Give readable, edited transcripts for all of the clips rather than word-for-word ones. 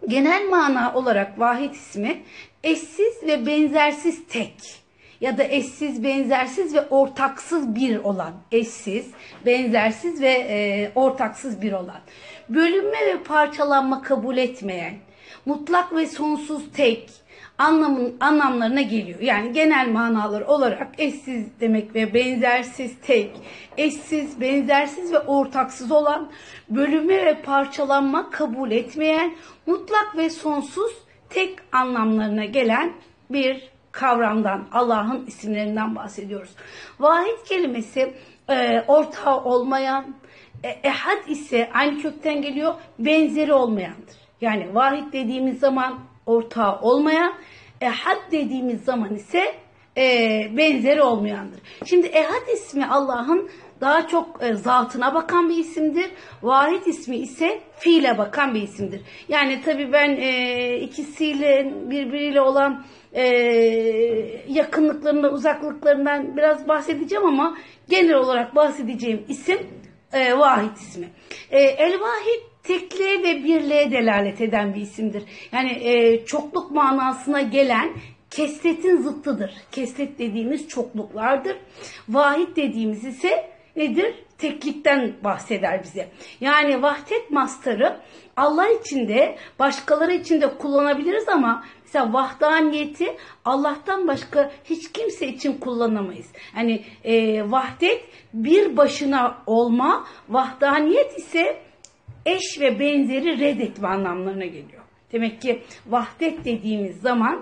Genel mana olarak vahid ismi eşsiz ve benzersiz tek ya da eşsiz, benzersiz ve ortaksız bir olan, eşsiz, benzersiz ve ortaksız bir olan, bölünme ve parçalanma kabul etmeyen, mutlak ve sonsuz tek anlamlarına geliyor. Yani genel manalar olarak eşsiz demek ve benzersiz tek, eşsiz, benzersiz ve ortaksız olan, bölünme ve parçalanma kabul etmeyen, mutlak ve sonsuz tek anlamlarına gelen bir kavramdan, Allah'ın isimlerinden bahsediyoruz. Vahid kelimesi ortağı olmayan, ehad ise aynı kökten geliyor, benzeri olmayandır. Yani vahid dediğimiz zaman ortağı olmayan, ehad dediğimiz zaman ise benzeri olmayandır. Şimdi ehad ismi Allah'ın daha çok zatına bakan bir isimdir. Vahid ismi ise fiile bakan bir isimdir. Yani tabii ben ikisiyle birbiriyle olan yakınlıklarından, uzaklıklarından biraz bahsedeceğim ama genel olarak bahsedeceğim isim vahid ismi. El-vahid tekliğe ve birliğe delalet eden bir isimdir. Yani çokluk manasına gelen kesretin zıttıdır. Kesret dediğimiz çokluklardır. Vahid dediğimiz ise nedir? Teklikten bahseder bize. Yani vahdet mastarı Allah için de başkaları için de kullanabiliriz ama mesela vahdaniyeti Allah'tan başka hiç kimse için kullanamayız. Yani vahdet bir başına olma, vahdaniyet ise eş ve benzeri reddetme anlamlarına geliyor. Demek ki vahdet dediğimiz zaman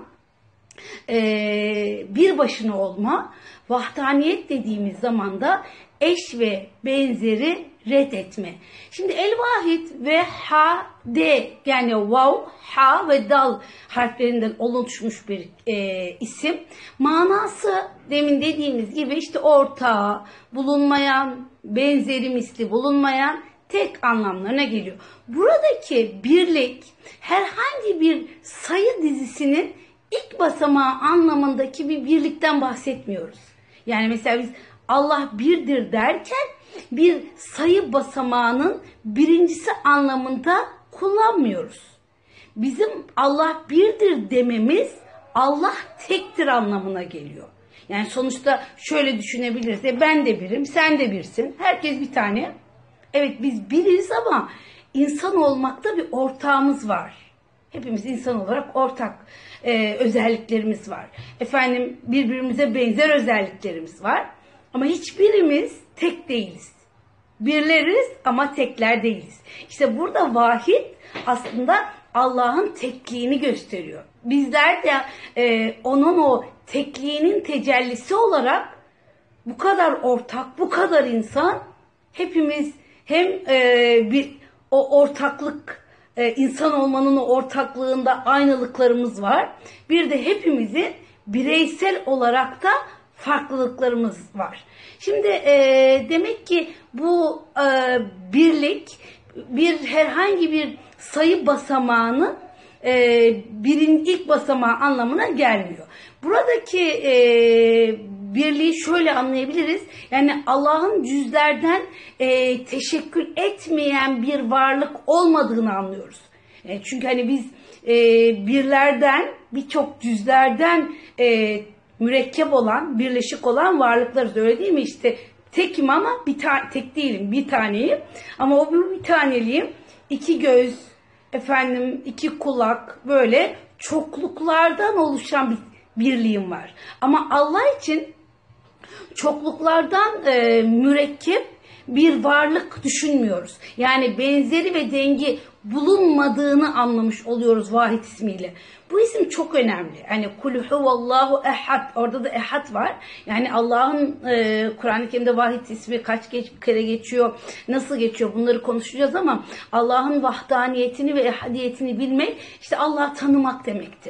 bir başına olma, vahdaniyet dediğimiz zaman da eş ve benzeri reddetme. Şimdi el-vahid ve ha-de yani vav, ha ve dal harflerinden oluşmuş bir isim. Manası demin dediğimiz gibi işte ortağı, bulunmayan, benzeri misli bulunmayan, tek anlamlarına geliyor. Buradaki birlik herhangi bir sayı dizisinin ilk basamağı anlamındaki bir birlikten bahsetmiyoruz. Yani mesela biz Allah birdir derken bir sayı basamağının birincisi anlamında kullanmıyoruz. Bizim Allah birdir dememiz Allah tektir anlamına geliyor. Yani sonuçta şöyle düşünebiliriz. Ben de birim, sen de birsin. Herkes bir tane. Evet biz biriz ama insan olmakta bir ortağımız var. Hepimiz insan olarak ortak özelliklerimiz var. Efendim birbirimize benzer özelliklerimiz var. Ama hiçbirimiz tek değiliz. Birleriz ama tekler değiliz. İşte burada vahid aslında Allah'ın tekliğini gösteriyor. Bizler de onun o tekliğinin tecellisi olarak bu kadar ortak, bu kadar insan hepimiz hem o ortaklık, insan olmanın o ortaklığında aynılıklarımız var. Bir de hepimizin bireysel olarak da farklılıklarımız var. Şimdi demek ki bu birlik herhangi bir sayı basamağının ilk basamağı anlamına gelmiyor. Buradaki birliği şöyle anlayabiliriz. Yani Allah'ın cüzlerden teşekkül etmeyen bir varlık olmadığını anlıyoruz. Çünkü hani biz birlerden, birçok cüzlerden mürekkep olan, birleşik olan varlıklarız. Öyle değil mi? İşte tekim ama tek değilim, bir taneyim. Ama o bir taneliğim, iki göz, iki kulak, böyle çokluklardan oluşan bir birliğim var. Ama Allah için çokluklardan mürekkep bir varlık düşünmüyoruz. Yani benzeri ve dengi bulunmadığını anlamış oluyoruz vahid ismiyle. Bu isim çok önemli. Yani kul huvallahu ehad. Orada da ehad var. Yani Allah'ın Kur'an-ı Kerim'de vahid ismi kaç kere geçiyor, nasıl geçiyor bunları konuşacağız ama Allah'ın vahdaniyetini ve ehadiyetini bilmek işte Allah'ı tanımak demektir.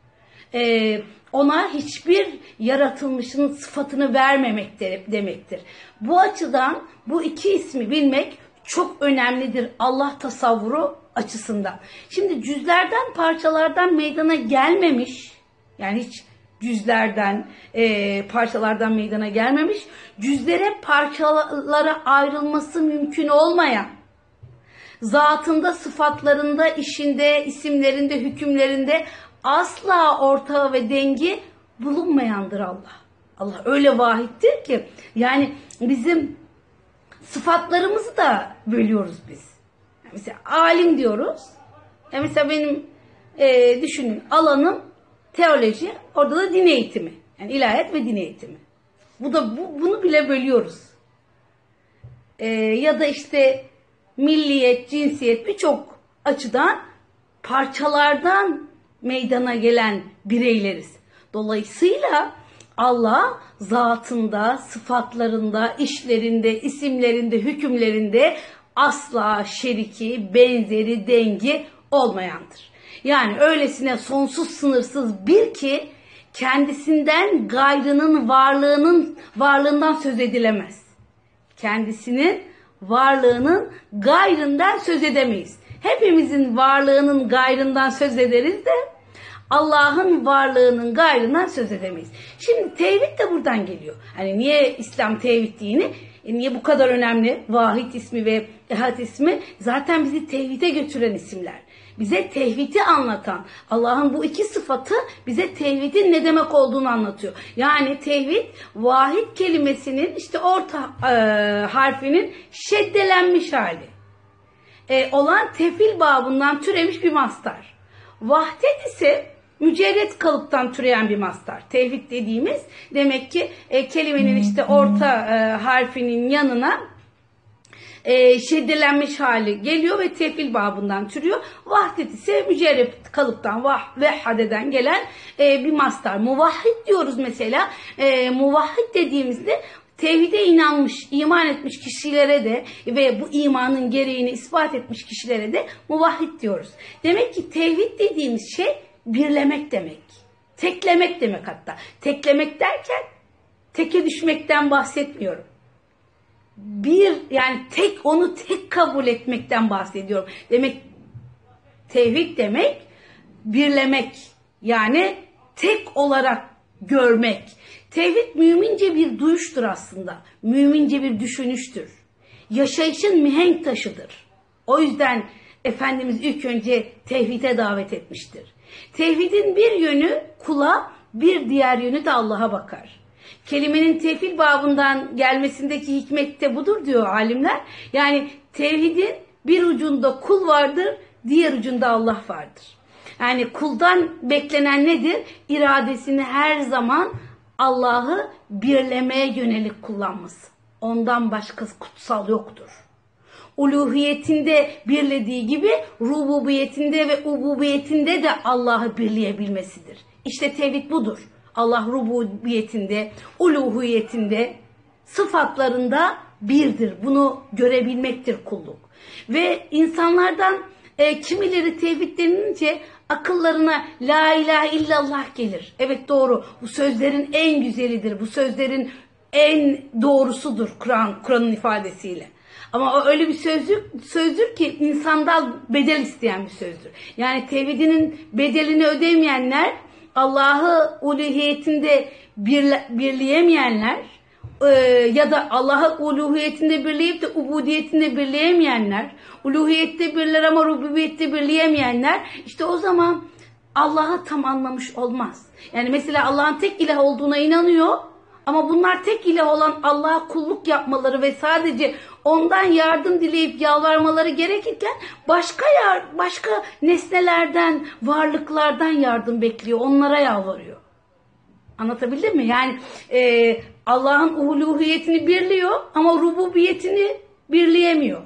Ona hiçbir yaratılmışın sıfatını vermemek demektir. Bu açıdan bu iki ismi bilmek çok önemlidir Allah tasavvuru açısından. Şimdi cüzlerden, parçalardan meydana gelmemiş, yani hiç cüzlerden, parçalardan meydana gelmemiş, cüzlere, parçalara ayrılması mümkün olmayan, zatında, sıfatlarında, işinde, isimlerinde, hükümlerinde asla ortağı ve dengi bulunmayandır Allah. Allah öyle vahittir ki yani bizim sıfatlarımızı da bölüyoruz biz. Mesela alim diyoruz. Mesela benim düşünün alanım teoloji, orada da din eğitimi. Yani ilahiyat ve din eğitimi. Bunu bile bölüyoruz. Ya da işte milliyet, cinsiyet birçok açıdan parçalardan meydana gelen bireyleriz. Dolayısıyla Allah zatında, sıfatlarında, işlerinde, isimlerinde, hükümlerinde asla şeriki, benzeri, dengi olmayandır. Yani öylesine sonsuz sınırsız bir ki kendisinden gayrının varlığından söz edilemez. Kendisinin varlığının gayrından söz edemeyiz. Hepimizin varlığının gayrından söz ederiz de Allah'ın varlığının gayrından söz edemeyiz. Şimdi tevhid de buradan geliyor. Hani niye İslam tevhid dini? Niye bu kadar önemli? Vahid ismi ve Ehad ismi zaten bizi tevhide götüren isimler. Bize tevhidi anlatan, Allah'ın bu iki sıfatı bize tevhidin ne demek olduğunu anlatıyor. Yani tevhid, vahid kelimesinin işte orta harfinin şeddelenmiş hali. Olan tefil babından türemiş bir mastar. Vahdet ise mücerret kalıptan türeyen bir mastar. Tevhid dediğimiz demek ki kelimenin işte orta harfinin yanına şeddelenmiş hali geliyor ve tefil babından türüyor. Vahdet ise mücerret kalıptan vehhadeden gelen bir mastar. Muvahhid diyoruz mesela. Muvahhid dediğimizde tevhide inanmış, iman etmiş kişilere de ve bu imanın gereğini ispat etmiş kişilere de muvahhid diyoruz. Demek ki tevhid dediğimiz şey birlemek demek. Teklemek demek hatta. Teklemek derken teke düşmekten bahsetmiyorum. Yani onu tek kabul etmekten bahsediyorum. Demek tevhid demek birlemek. Yani tek olarak görmek. Tevhid mümince bir duyuştur aslında. Mümince bir düşünüştür. Yaşayışın mihenk taşıdır. O yüzden Efendimiz ilk önce tevhide davet etmiştir. Tevhidin bir yönü kula, bir diğer yönü de Allah'a bakar. Kelimenin tevhid babından gelmesindeki hikmet de budur diyor alimler. Yani tevhidin bir ucunda kul vardır, diğer ucunda Allah vardır. Yani kuldan beklenen nedir? İradesini her zaman Allah'ı birlemeye yönelik kullanması. Ondan başkası kutsal yoktur. Uluhiyetinde birlediği gibi rububiyetinde ve ububiyetinde de Allah'ı birleyebilmesidir. İşte tevhid budur. Allah rububiyetinde, uluhiyetinde, sıfatlarında birdir. Bunu görebilmektir kulluk. Ve insanlardan kimileri tevhid denilince akıllarına la ilahe illallah gelir. Evet doğru. Bu sözlerin en güzelidir. Bu sözlerin en doğrusudur Kur'an'ın ifadesiyle. Ama o öyle bir sözdür ki insandan bedel isteyen bir sözdür. Yani tevhidinin bedelini ödemeyenler, Allah'ı uluhiyetinde birleyemeyenler ya da Allah'ı uluhiyetinde birleyip de ubudiyetinde birleyemeyenler, uluhiyette birler ama rububiyette birleyemeyenler, işte o zaman Allah'ı tam anlamış olmaz. Yani mesela Allah'ın tek ilah olduğuna inanıyor ama bunlar tek ilah olan Allah'a kulluk yapmaları ve sadece ondan yardım dileyip yalvarmaları gerekirken başka nesnelerden, varlıklardan yardım bekliyor, onlara yalvarıyor. Anlatabildim mi? Yani Allah'ın uluhiyetini birliyor ama rububiyetini birleyemiyor.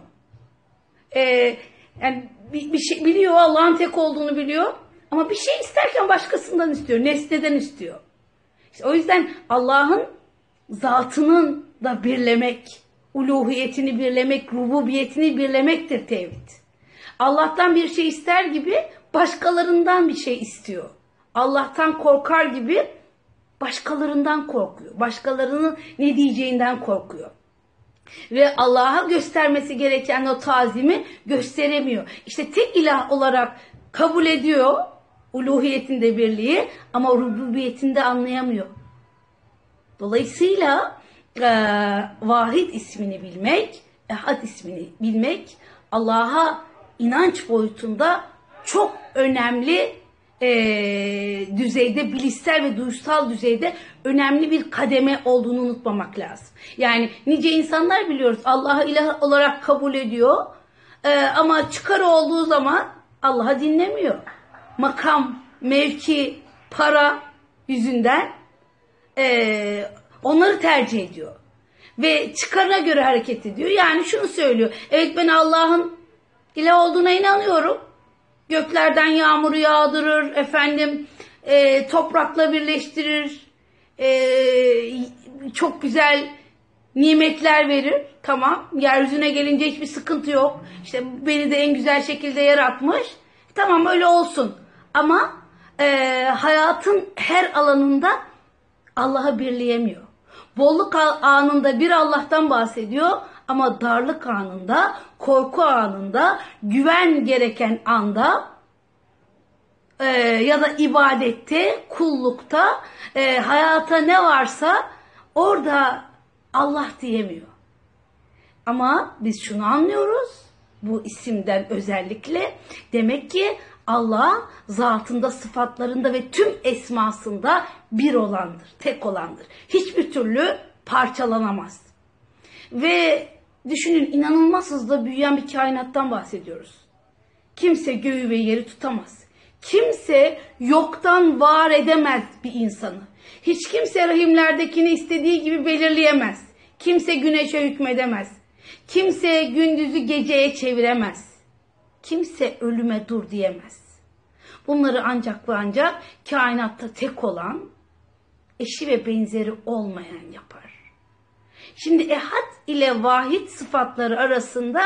Yani bir şey biliyor, Allah'ın tek olduğunu biliyor ama bir şey isterken başkasından istiyor, nesneden istiyor. İşte o yüzden Allah'ın zatının da birlemek, uluhiyetini birlemek, rububiyetini birlemektir tevhid. Allah'tan bir şey ister gibi başkalarından bir şey istiyor. Allah'tan korkar gibi başkalarından korkuyor. Başkalarının ne diyeceğinden korkuyor. Ve Allah'a göstermesi gereken o tazimi gösteremiyor. İşte tek ilah olarak kabul ediyor uluhiyetinde birliği ama rububiyetinde anlayamıyor. Dolayısıyla vahid ismini bilmek, ehad ismini bilmek, Allah'a inanç boyutunda çok önemli düzeyde, bilişsel ve duygusal düzeyde önemli bir kademe olduğunu unutmamak lazım. Yani nice insanlar biliyoruz Allah'ı ilah olarak kabul ediyor ama çıkarı olduğu zaman Allah'ı dinlemiyor. Makam, mevki, para yüzünden onları tercih ediyor. Ve çıkarına göre hareket ediyor. Yani şunu söylüyor. Evet, ben Allah'ın ilah olduğuna inanıyorum. Göklerden yağmuru yağdırır, toprakla birleştirir, çok güzel nimetler verir. Tamam, yeryüzüne gelince hiçbir sıkıntı yok. İşte beni de en güzel şekilde yaratmış. Tamam, öyle olsun. Ama hayatın her alanında Allah'ı birleyemiyor. Bolluk anında bir Allah'tan bahsediyor ama darlık anında, korku anında, güven gereken anda ya da ibadette, kullukta, hayata ne varsa orada Allah diyemiyor. Ama biz şunu anlıyoruz bu isimden özellikle. Demek ki Allah zatında, sıfatlarında ve tüm esmasında bir olandır, tek olandır. Hiçbir türlü parçalanamaz. Ve düşünün, inanılmaz hızla büyüyen bir kainattan bahsediyoruz. Kimse göğü ve yeri tutamaz. Kimse yoktan var edemez bir insanı. Hiç kimse rahimlerdekini istediği gibi belirleyemez. Kimse güneşe hükmedemez. Kimse gündüzü geceye çeviremez. Kimse ölüme dur diyemez. Bunları ancak ve ancak kainatta tek olan, eşi ve benzeri olmayan yapar. Şimdi ehad ile vahid sıfatları arasında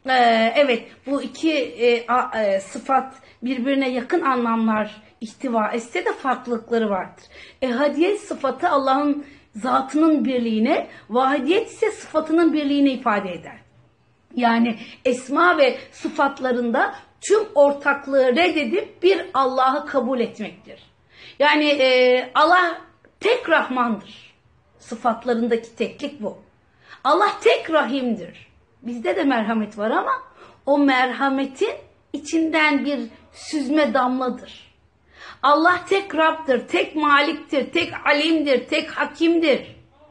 evet, bu iki sıfat birbirine yakın anlamlar ihtiva etse de farklılıkları vardır. Ehadiyet sıfatı Allah'ın zatının birliğine, vahidiyet ise sıfatının birliğine ifade eder. Yani esma ve sıfatlarında tüm ortaklığı reddedip bir Allah'ı kabul etmektir. Yani Allah tek Rahmandır. Sıfatlarındaki teklik bu. Allah tek Rahim'dir. Bizde de merhamet var ama o merhametin içinden bir süzme damladır. Allah tek Rab'dır, tek Malik'tir, tek Alim'dir, tek Hakim'dir.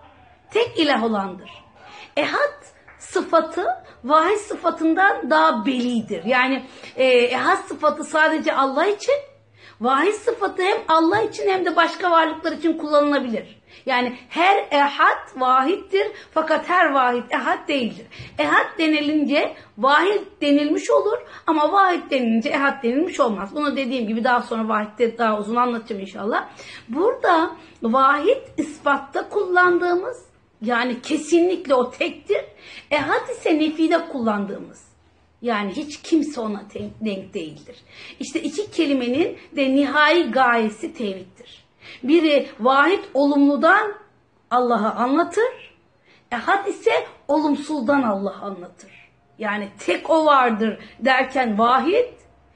Tek ilah olandır. Ehad sıfatı vahid sıfatından daha belidir. Yani ehad sıfatı sadece Allah için, vahid sıfatı hem Allah için hem de başka varlıklar için kullanılabilir. Yani her ehad vahiddir fakat her vahid ehad değildir. Ehad denilince vahid denilmiş olur ama vahid denilince ehad denilmiş olmaz. Bunu dediğim gibi daha sonra vahidde daha uzun anlatacağım inşallah. Burada vahid ispatta kullandığımız, yani kesinlikle o tektir. Ehad ise nefide kullandığımız. Yani hiç kimse ona denk değildir. İşte iki kelimenin de nihai gayesi tevhiddir. Biri vahid olumludan Allah'ı anlatır. Ehad ise olumsuzdan Allah'ı anlatır. Yani tek o vardır derken vahid,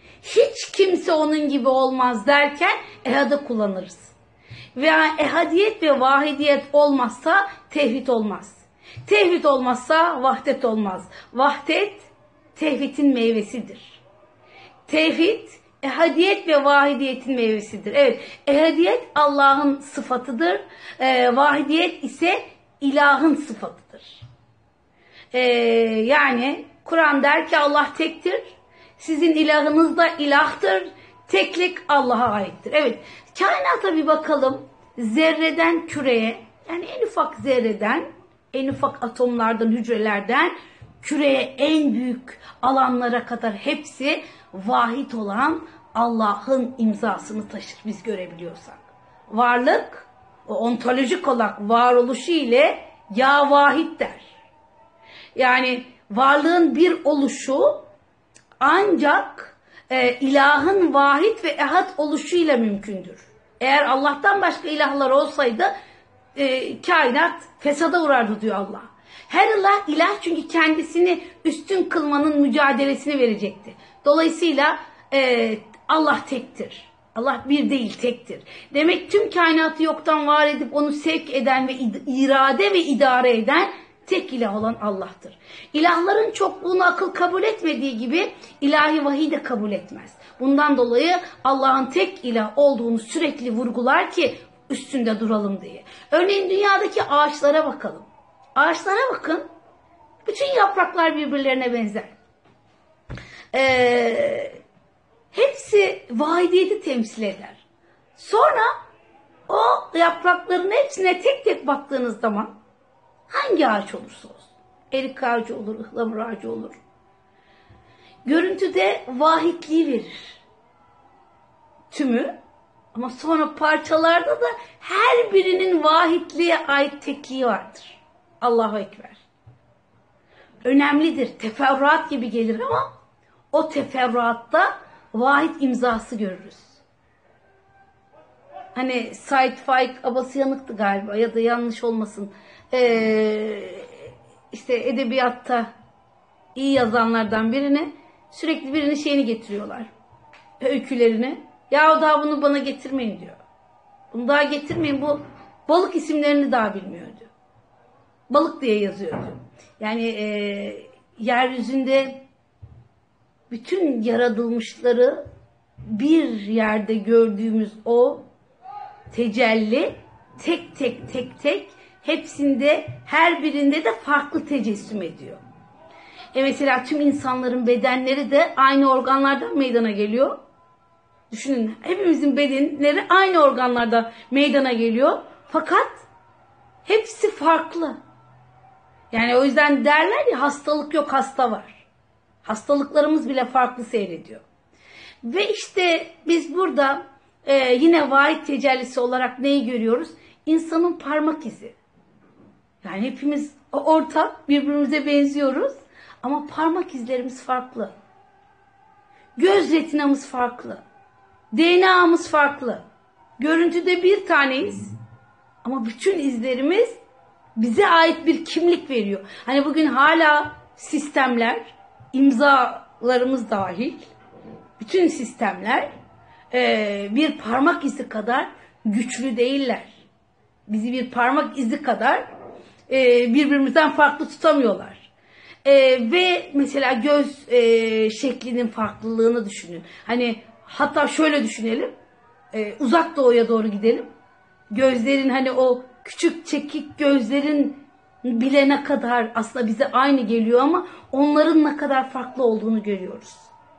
hiç kimse onun gibi olmaz derken ehad'ı kullanırız. Veya ehadiyet ve vahidiyet olmazsa tevhid olmaz. Tevhid olmazsa vahdet olmaz. Vahdet tevhidin meyvesidir. Tevhid ehadiyet ve vahidiyetin meyvesidir. Evet, ehadiyet Allah'ın sıfatıdır. Vahidiyet ise ilahın sıfatıdır. Yani Kur'an der ki Allah tektir. Sizin ilahınız da ilahtır. Teklik Allah'a aittir. Evet, kainata bir bakalım. Zerreden küreye, yani en ufak zerreden, en ufak atomlardan, hücrelerden küreye, en büyük alanlara kadar hepsi vahid olan Allah'ın imzasını taşır biz görebiliyorsak. Varlık, o ontolojik olarak varoluşu ile ya vahid der. Yani varlığın bir oluşu ancak ilahın vahid ve ehad oluşuyla mümkündür. Eğer Allah'tan başka ilahlar olsaydı kainat fesada uğrardı diyor Allah. Her ilah çünkü kendisini üstün kılmanın mücadelesini verecekti. Dolayısıyla Allah tektir. Allah bir değil, tektir. Demek tüm kainatı yoktan var edip onu sevk eden ve irade ve idare eden tek ilah olan Allah'tır. İlahların çokluğunu akıl kabul etmediği gibi ilahi vahiy de kabul etmez. Bundan dolayı Allah'ın tek ilah olduğunu sürekli vurgular ki üstünde duralım diye. Örneğin dünyadaki ağaçlara bakalım. Ağaçlara bakın. Bütün yapraklar birbirlerine benzer. Hepsi vahidiyeti temsil eder. Sonra o yaprakların hepsine tek tek baktığınız zaman hangi ağaç olursa olsun, erik ağacı olur, ıhlamur ağacı olur, görüntüde vahitliği verir tümü, ama sonra parçalarda da her birinin vahitliğe ait tekliği vardır. Allahu Ekber. Önemlidir. Teferruat gibi gelir ama o teferruatta vahid imzası görürüz. Hani Said Faik Abasıyanık'tı galiba, ya da yanlış olmasın. İşte edebiyatta iyi yazanlardan sürekli birinin şeyini getiriyorlar. Öykülerini. Ya o daha bunu bana getirmeyin diyor. Bunu daha getirmeyin, bu balık isimlerini daha bilmiyor diyor. Balık diye yazıyor diyor. Yani yeryüzünde bütün yaratılmışları bir yerde gördüğümüz o tecelli tek tek hepsinde, her birinde de farklı tecessüm ediyor. Mesela tüm insanların bedenleri de aynı organlardan meydana geliyor. Düşünün, hepimizin bedenleri aynı organlarda meydana geliyor. Fakat hepsi farklı. Yani o yüzden derler ya, hastalık yok, hasta var. Hastalıklarımız bile farklı seyrediyor. Ve işte biz burada yine vahid tecellisi olarak neyi görüyoruz? İnsanın parmak izi. Yani hepimiz ortak, birbirimize benziyoruz. Ama parmak izlerimiz farklı. Göz retinamız farklı. DNA'mız farklı. Görüntüde bir taneyiz. Ama bütün izlerimiz bize ait bir kimlik veriyor. Hani bugün hala sistemler, imzalarımız dahil, bütün sistemler bir parmak izi kadar güçlü değiller. Bizi bir parmak izi kadar birbirimizden farklı tutamıyorlar. Ve mesela göz şeklinin farklılığını düşünün. Hani hatta şöyle düşünelim. Uzak doğuya doğru gidelim. Gözlerin, hani o küçük çekik gözlerin bile ne kadar aslında bize aynı geliyor ama onların ne kadar farklı olduğunu görüyoruz.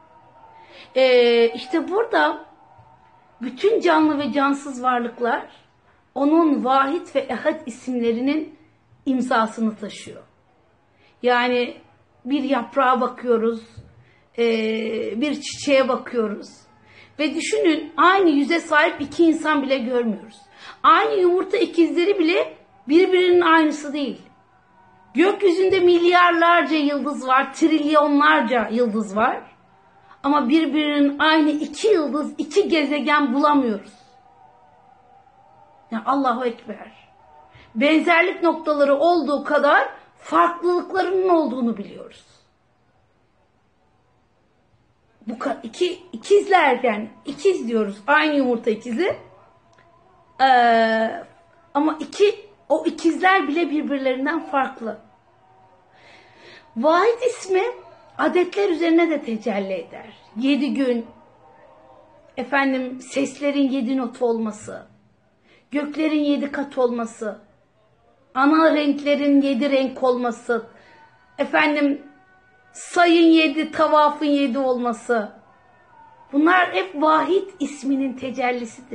İşte burada bütün canlı ve cansız varlıklar onun vahid ve ehad isimlerinin imzasını taşıyor. Yani bir yaprağa bakıyoruz, bir çiçeğe bakıyoruz ve düşünün, aynı yüze sahip iki insan bile görmüyoruz. Aynı yumurta ikizleri bile birbirinin aynısı değil. Gökyüzünde milyarlarca yıldız var, trilyonlarca yıldız var. Ama birbirinin aynı iki yıldız, iki gezegen bulamıyoruz. Yani Allahu Ekber. Benzerlik noktaları olduğu kadar farklılıklarının olduğunu biliyoruz. Bu ikizler, yani ikiz diyoruz, aynı yumurta ikizi. Ama o ikizler bile birbirlerinden farklı. Vahid ismi adetler üzerine de tecelli eder. 7 gün, seslerin 7 not olması, göklerin 7 kat olması, ana renklerin 7 renk olması, sayın 7, tavafın 7 olması. Bunlar hep vahid isminin tecellisidir.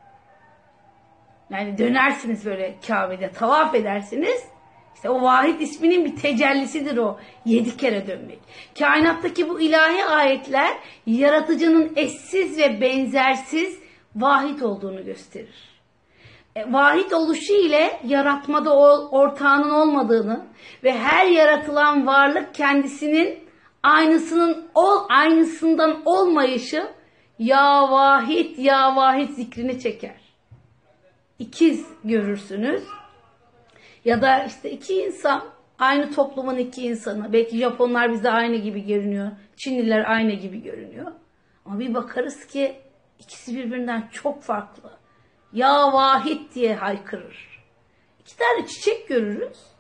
Yani dönersiniz böyle Kabe'de, tavaf edersiniz. İşte o vahid isminin bir tecellisidir o 7 kere dönmek. Kainattaki bu ilahi ayetler yaratıcının eşsiz ve benzersiz vahid olduğunu gösterir. Vahid oluşu ile yaratmada ortağının olmadığını ve her yaratılan varlık kendisinin aynısından olmayışı ya vahid zikrini çeker. İkiz görürsünüz. Ya da işte iki insan, aynı toplumun iki insanı. Belki Japonlar bize aynı gibi görünüyor. Çinliler aynı gibi görünüyor. Ama bir bakarız ki ikisi birbirinden çok farklı. Ya vahid diye haykırır. İki tane çiçek görürüz.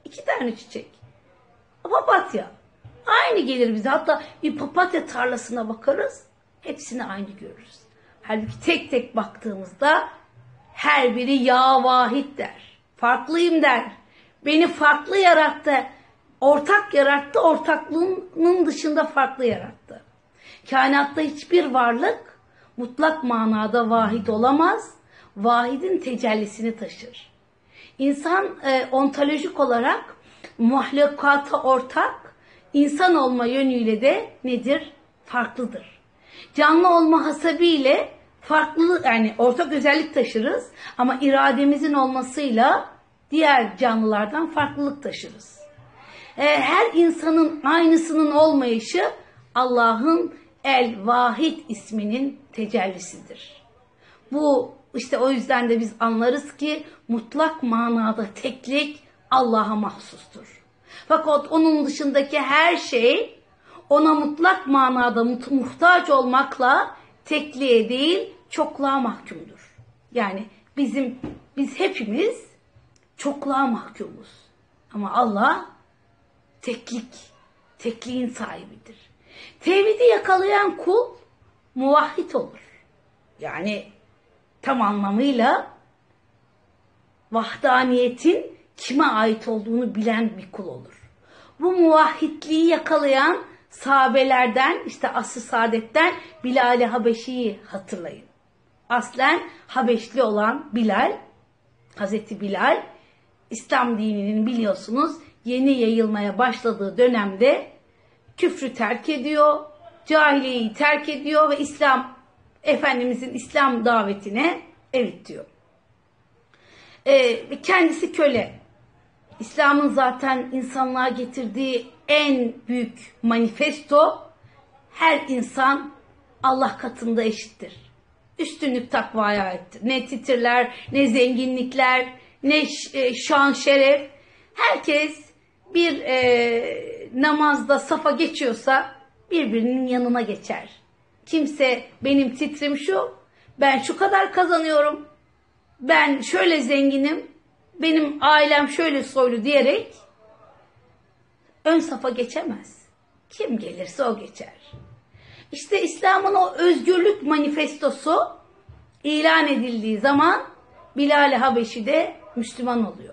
2 tane çiçek. Papatya. Aynı gelir bize. Hatta bir papatya tarlasına bakarız. Hepsini aynı görürüz. Halbuki tek tek baktığımızda her biri ya vahid der. Farklıyım der. Beni farklı yarattı. Ortak yarattı. Ortaklığının dışında farklı yarattı. Kainatta hiçbir varlık mutlak manada vahid olamaz. Vahidin tecellisini taşır. İnsan ontolojik olarak mahlukata ortak, insan olma yönüyle de nedir? Farklıdır. Canlı olma hasebiyle farklı, yani ortak özellik taşırız ama irademizin olmasıyla diğer canlılardan farklılık taşırız. Her insanın aynısının olmayışı Allah'ın El-Vahid isminin tecellisidir. Bu işte o yüzden de biz anlarız ki mutlak manada teklik Allah'a mahsustur. Fakat onun dışındaki her şey ona mutlak manada muhtaç olmakla tekliğe değil çokluğa mahkumdur. Yani biz hepimiz çokluğa mahkumuz. Ama Allah tekliğin sahibidir. Tevhidi yakalayan kul muvahhid olur. Yani tam anlamıyla vahdaniyetin kime ait olduğunu bilen bir kul olur. Bu muvahhidliği yakalayan sahabelerden, işte asr-ı saadetten Bilal-i Habeşi'yi hatırlayın. Aslen Habeşli olan Bilal, Hazreti Bilal, İslam dininin biliyorsunuz yeni yayılmaya başladığı dönemde küfrü terk ediyor, cahiliyeyi terk ediyor ve Efendimizin İslam davetine evet diyor. Kendisi köle. İslam'ın zaten insanlığa getirdiği en büyük manifesto, her insan Allah katında eşittir. Üstünlük takvaya aittir. Ne titirler, ne zenginlikler, ne şan şeref. Herkes bir namazda safa geçiyorsa birbirinin yanına geçer. Kimse benim titrim şu, ben şu kadar kazanıyorum, ben şöyle zenginim, benim ailem şöyle soylu diyerek ön safa geçemez. Kim gelirse o geçer. İşte İslam'ın o özgürlük manifestosu ilan edildiği zaman Bilal-i Habeşi de Müslüman oluyor.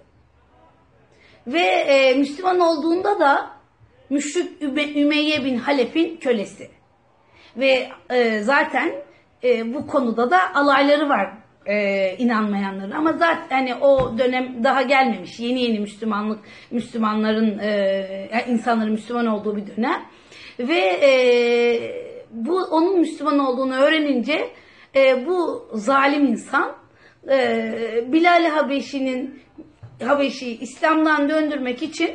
Ve Müslüman olduğunda da müşrik Ümeyye bin Halef'in kölesi. Ve zaten bu konuda da alayları var inanmayanların. Ama zaten hani o dönem daha gelmemiş. Yeni Müslümanların insanların Müslüman olduğu bir dönem. Ve onun Müslüman olduğunu öğrenince bu zalim insan Bilal-i Habeşi'yi İslam'dan döndürmek için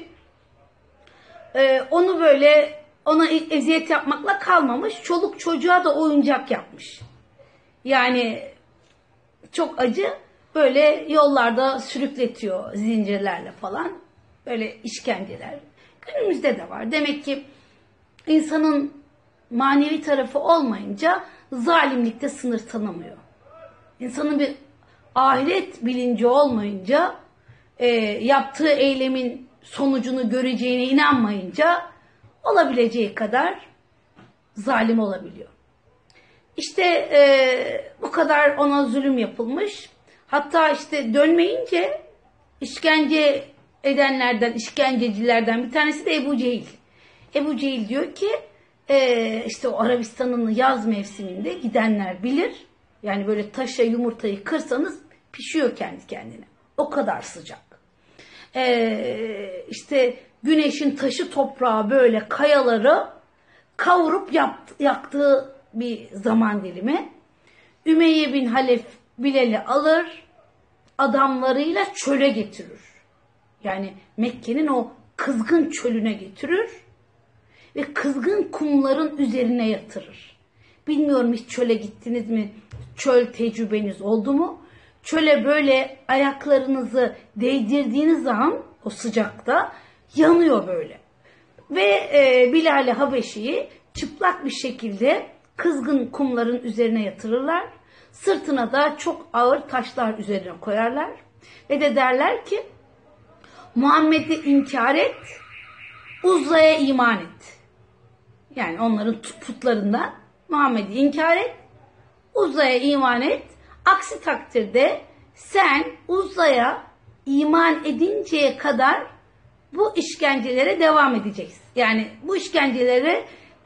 ona eziyet yapmakla kalmamış. Çoluk çocuğa da oyuncak yapmış. Yani çok acı, böyle yollarda sürükletiyor zincirlerle falan. Böyle işkenceler. Günümüzde de var. Demek ki insanın manevi tarafı olmayınca zalimlikte sınır tanımıyor. İnsanın bir ahiret bilinci olmayınca yaptığı eylemin sonucunu göreceğine inanmayınca olabileceği kadar zalim olabiliyor. İşte bu kadar ona zulüm yapılmış. Hatta işte dönmeyince işkence edenlerden, işkencecilerden bir tanesi de Ebu Cehil. Ebu Cehil diyor ki işte o Arabistan'ın yaz mevsiminde gidenler bilir. Yani böyle taşa yumurtayı kırsanız pişiyor kendi kendine. O kadar sıcak. İşte güneşin taşı toprağı böyle kayaları kavurup yaktığı bir zaman dilimi. Ümeyye bin Halef Bilal'i alır, adamlarıyla çöle getirir. Yani Mekke'nin o kızgın çölüne getirir ve kızgın kumların üzerine yatırır. Bilmiyorum hiç çöle gittiniz mi? Çöl tecrübeniz oldu mu? Çöle böyle ayaklarınızı değdirdiğiniz zaman o sıcakta yanıyor böyle. Ve Bilal-i Habeşi'yi çıplak bir şekilde kızgın kumların üzerine yatırırlar. Sırtına da çok ağır taşlar üzerine koyarlar. Ve de derler ki Muhammed'i inkar et, Uzza'ya iman et. Yani onların putlarından Muhammed'i inkar et, Uzza'ya iman et. Aksi takdirde sen Uzza'ya iman edinceye kadar bu işkencelere devam edeceksin. Yani bu işkenceleri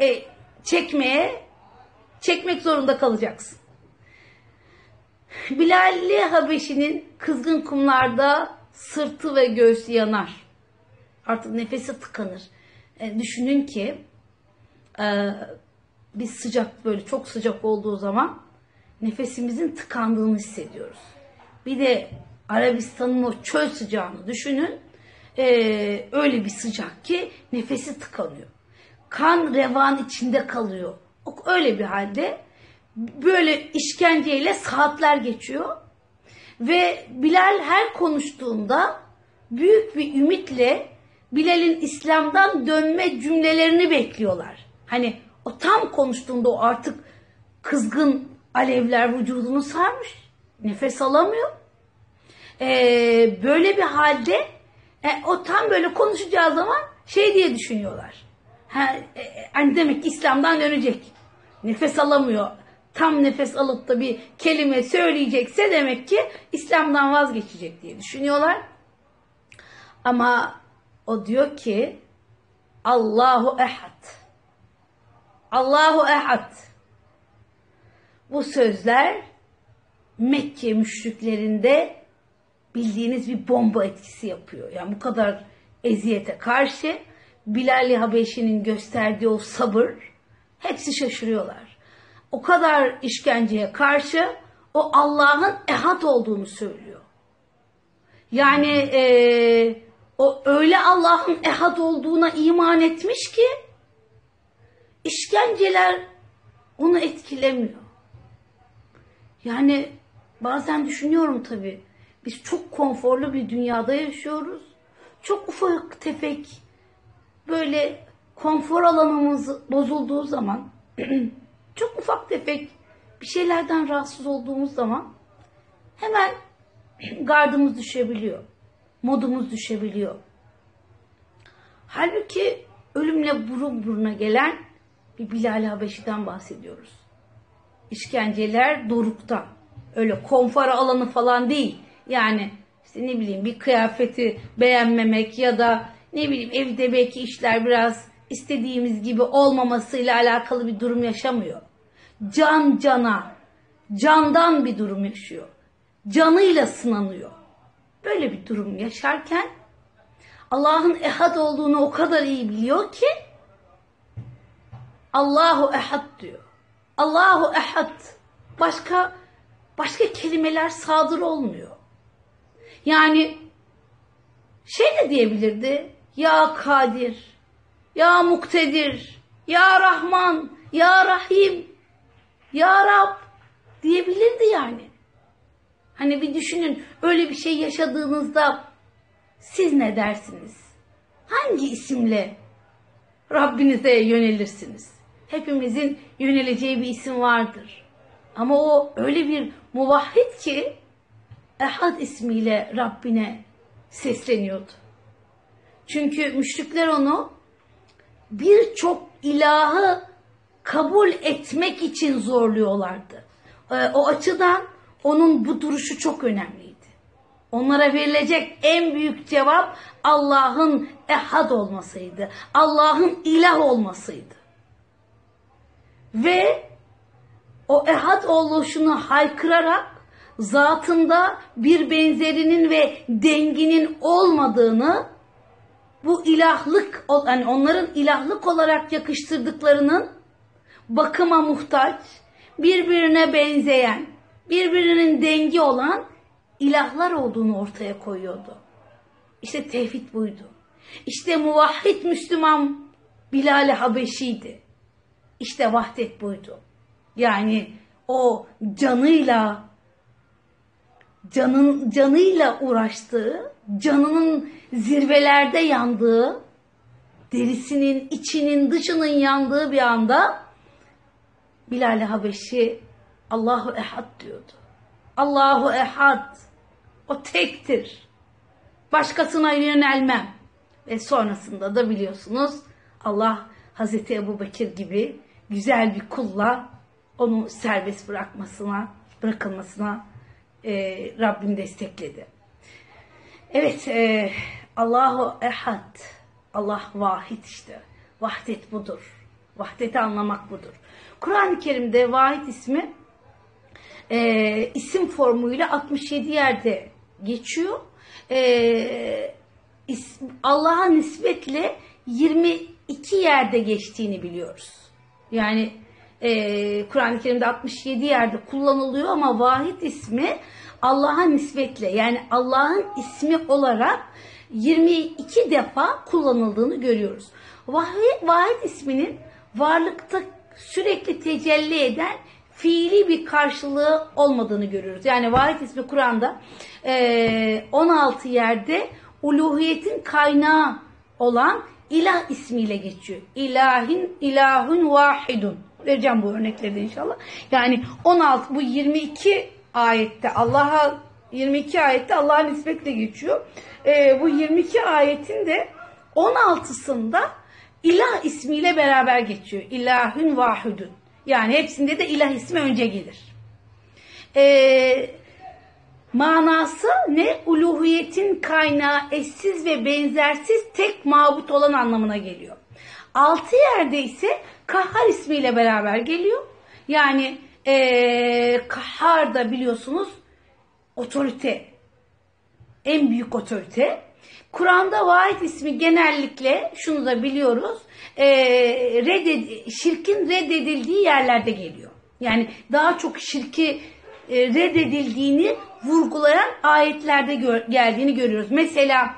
çekmek zorunda kalacaksın. Bilal-i Habeşi'nin kızgın kumlarda sırtı ve göğsü yanar. Artık nefesi tıkanır. Düşünün ki biz sıcak, böyle çok sıcak olduğu zaman nefesimizin tıkandığını hissediyoruz. Bir de Arabistan'ın o çöl sıcağını düşünün. Öyle bir sıcak ki nefesi tıkanıyor. Kan revan içinde kalıyor. Öyle bir halde böyle işkenceyle saatler geçiyor. Ve Bilal her konuştuğunda büyük bir ümitle Bilal'in İslam'dan dönme cümlelerini bekliyorlar. Hani o tam konuştuğunda o artık kızgın alevler vücudunu sarmış. Nefes alamıyor. Böyle bir halde o tam böyle konuşacağı zaman şey diye düşünüyorlar. Hani demek ki İslam'dan dönecek. Nefes alamıyor. Tam nefes alıp da bir kelime söyleyecekse demek ki İslam'dan vazgeçecek diye düşünüyorlar. Ama o diyor ki Allahu Ehad. Allahu Ehad. Bu sözler Mekke müşriklerinde bildiğiniz bir bomba etkisi yapıyor. Yani bu kadar eziyete karşı Bilal-i Habeşi'nin gösterdiği o sabır, hepsi şaşırıyorlar. O kadar işkenceye karşı o Allah'ın ehad olduğunu söylüyor. Yani o öyle Allah'ın ehad olduğuna iman etmiş ki işkenceler onu etkilemiyor. Yani bazen düşünüyorum tabii. Biz çok konforlu bir dünyada yaşıyoruz. Çok ufak tefek böyle konfor alanımız bozulduğu zaman çok ufak tefek bir şeylerden rahatsız olduğumuz zaman hemen gardımız düşebiliyor. Modumuz düşebiliyor. Halbuki ölümle burun buruna gelen bir Bilal-i Habeşi'den bahsediyoruz. İşkenceler dorukta. Öyle konfor alanı falan değil. Yani işte ne bileyim bir kıyafeti beğenmemek ya da ne bileyim evde belki işler biraz istediğimiz gibi olmamasıyla alakalı bir durum yaşamıyor. Can cana, candan bir durum yaşıyor. Canıyla sınanıyor. Böyle bir durum yaşarken Allah'ın ehad olduğunu o kadar iyi biliyor ki Allahu ehad diyor. Allahu ehad. Başka kelimeler sadır olmuyor. Yani şey de diyebilirdi. Ya Kadir, Ya Muktedir, Ya Rahman, Ya Rahim, Ya Rab diyebilirdi yani. Hani bir düşünün, öyle bir şey yaşadığınızda siz ne dersiniz? Hangi isimle Rabbinize yönelirsiniz? Hepimizin yöneleceği bir isim vardır. Ama o öyle bir muvahhid ki Ehad ismiyle Rabbine sesleniyordu. Çünkü müşrikler onu birçok ilahı kabul etmek için zorluyorlardı. O açıdan onun bu duruşu çok önemliydi. Onlara verilecek en büyük cevap Allah'ın ehad olmasıydı. Allah'ın ilah olmasıydı. Ve o ehad oluşunu haykırarak zatında bir benzerinin ve denginin olmadığını, bu ilahlık, yani onların ilahlık olarak yakıştırdıklarının bakıma muhtaç, birbirine benzeyen, birbirinin dengi olan ilahlar olduğunu ortaya koyuyordu. İşte tevhid buydu. İşte muvahhid Müslüman Bilal-i Habeşi'ydi. İşte vahdet buydu. Yani o canıyla uğraştığı, canının zirvelerde yandığı, derisinin, içinin, dışının yandığı bir anda Bilal-i Habeşi Allahu Ehad diyordu. Allahu Ehad. O tektir. Başkasına yönelmem. Ve sonrasında da biliyorsunuz Allah Hazreti Ebubekir gibi güzel bir kulla onu serbest bırakılmasına Rabbim destekledi. Evet, Allahu Ehad, Allah vahid işte. Vahdet budur. Vahdeti anlamak budur. Kur'an-ı Kerim'de vahid ismi isim formuyla 67 yerde geçiyor. Allah'a nispetle 22 yerde geçtiğini biliyoruz. Yani Kur'an-ı Kerim'de 67 yerde kullanılıyor ama vahid ismi Allah'a nispetle, yani Allah'ın ismi olarak 22 defa kullanıldığını görüyoruz. Vahid isminin varlıkta sürekli tecelli eden fiili bir karşılığı olmadığını görüyoruz. Yani vahid ismi Kur'an'da 16 yerde uluhiyetin kaynağı olan ilah ismiyle geçiyor. İlahun vahidun. Vereceğim bu örnekleri de inşallah. Yani 16, bu 22 ayette Allah'a nispetle geçiyor. Bu 22 ayetin de 16'sında ilah ismiyle beraber geçiyor. İlahun vahidun. Yani hepsinde de ilah ismi önce gelir. Manası ne? Uluhiyetin kaynağı, eşsiz ve benzersiz tek mabut olan anlamına geliyor. 6 yerde ise Kahhar ismiyle beraber geliyor. Yani Kahhar da biliyorsunuz otorite, en büyük otorite. Kur'an'da vahid ismi genellikle, şunu da biliyoruz, şirkin reddedildiği yerlerde geliyor. Yani daha çok şirki reddedildiğini vurgulayan ayetlerde geldiğini görüyoruz. Mesela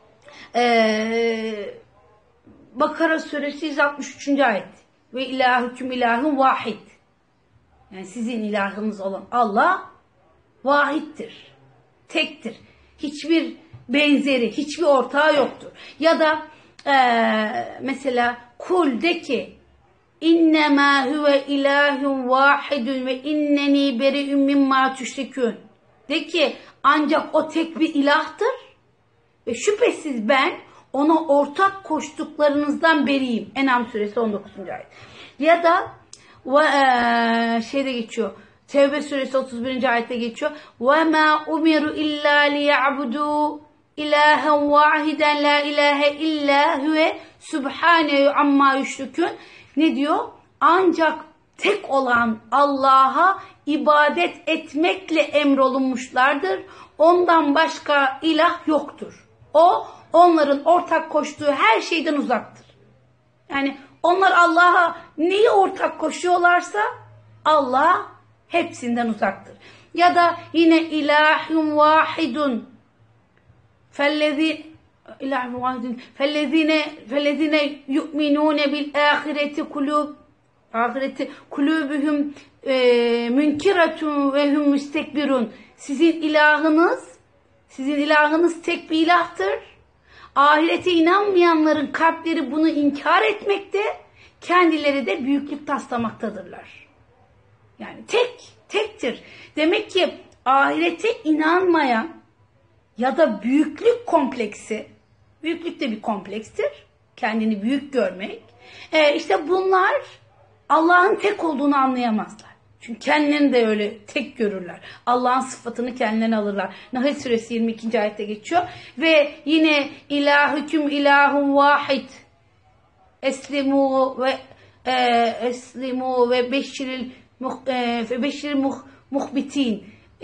Bakara suresi 163. ayet. Ve ilahüküm ilahun vahid. Yani sizin ilahınız olan Allah vahiddir. Tektir. Hiçbir benzeri, hiçbir ortağı yoktur. Ya da mesela kul de ki İnnemâ huve ilâhun vâhidun ve inneni beri'un mimmâ tüşrikûn. De ki ancak o tek bir ilahtır ve şüphesiz ben ona ortak koştuklarınızdan beriyim. En'am suresi 19. ayet. Ya da şeyde geçiyor. Tevbe suresi 31. ayette geçiyor. وَمَا اُمِرُوا اِلَّا لِيَعْبُدُوا اِلَٰهًا وَاحِدًا لَا اِلَٰهَ اِلَّا هُوَ سُبْحَانَهُ عَمَّا يُشْرِكُونَ. Ne diyor? Ancak tek olan Allah'a ibadet etmekle emrolunmuşlardır. Ondan başka ilah yoktur. O, onların ortak koştuğu her şeyden uzaktır. Yani onlar Allah'a neyi ortak koşuyorlarsa Allah hepsinden uzaktır. Ya da yine ilahun vahidun fellezine yu'minune bil ahireti kulubuhum münkiratun ve hum müstekbirun. Sizin ilahınız tek bir ilahtır. Ahirete inanmayanların kalpleri bunu inkar etmekte, kendileri de büyüklük taslamaktadırlar. Yani tektir. Demek ki ahirete inanmayan ya da büyüklük kompleksi, büyüklük de bir komplekstir. Kendini büyük görmek. İşte bunlar Allah'ın tek olduğunu anlayamazlar. Çünkü kendilerini de öyle tek görürler. Allah'ın sıfatını kendilerine alırlar. Nahl suresi 22. ayette geçiyor. Ve yine ilahüküm ilahun vahid. Eslimu ve beşiril muhbitin.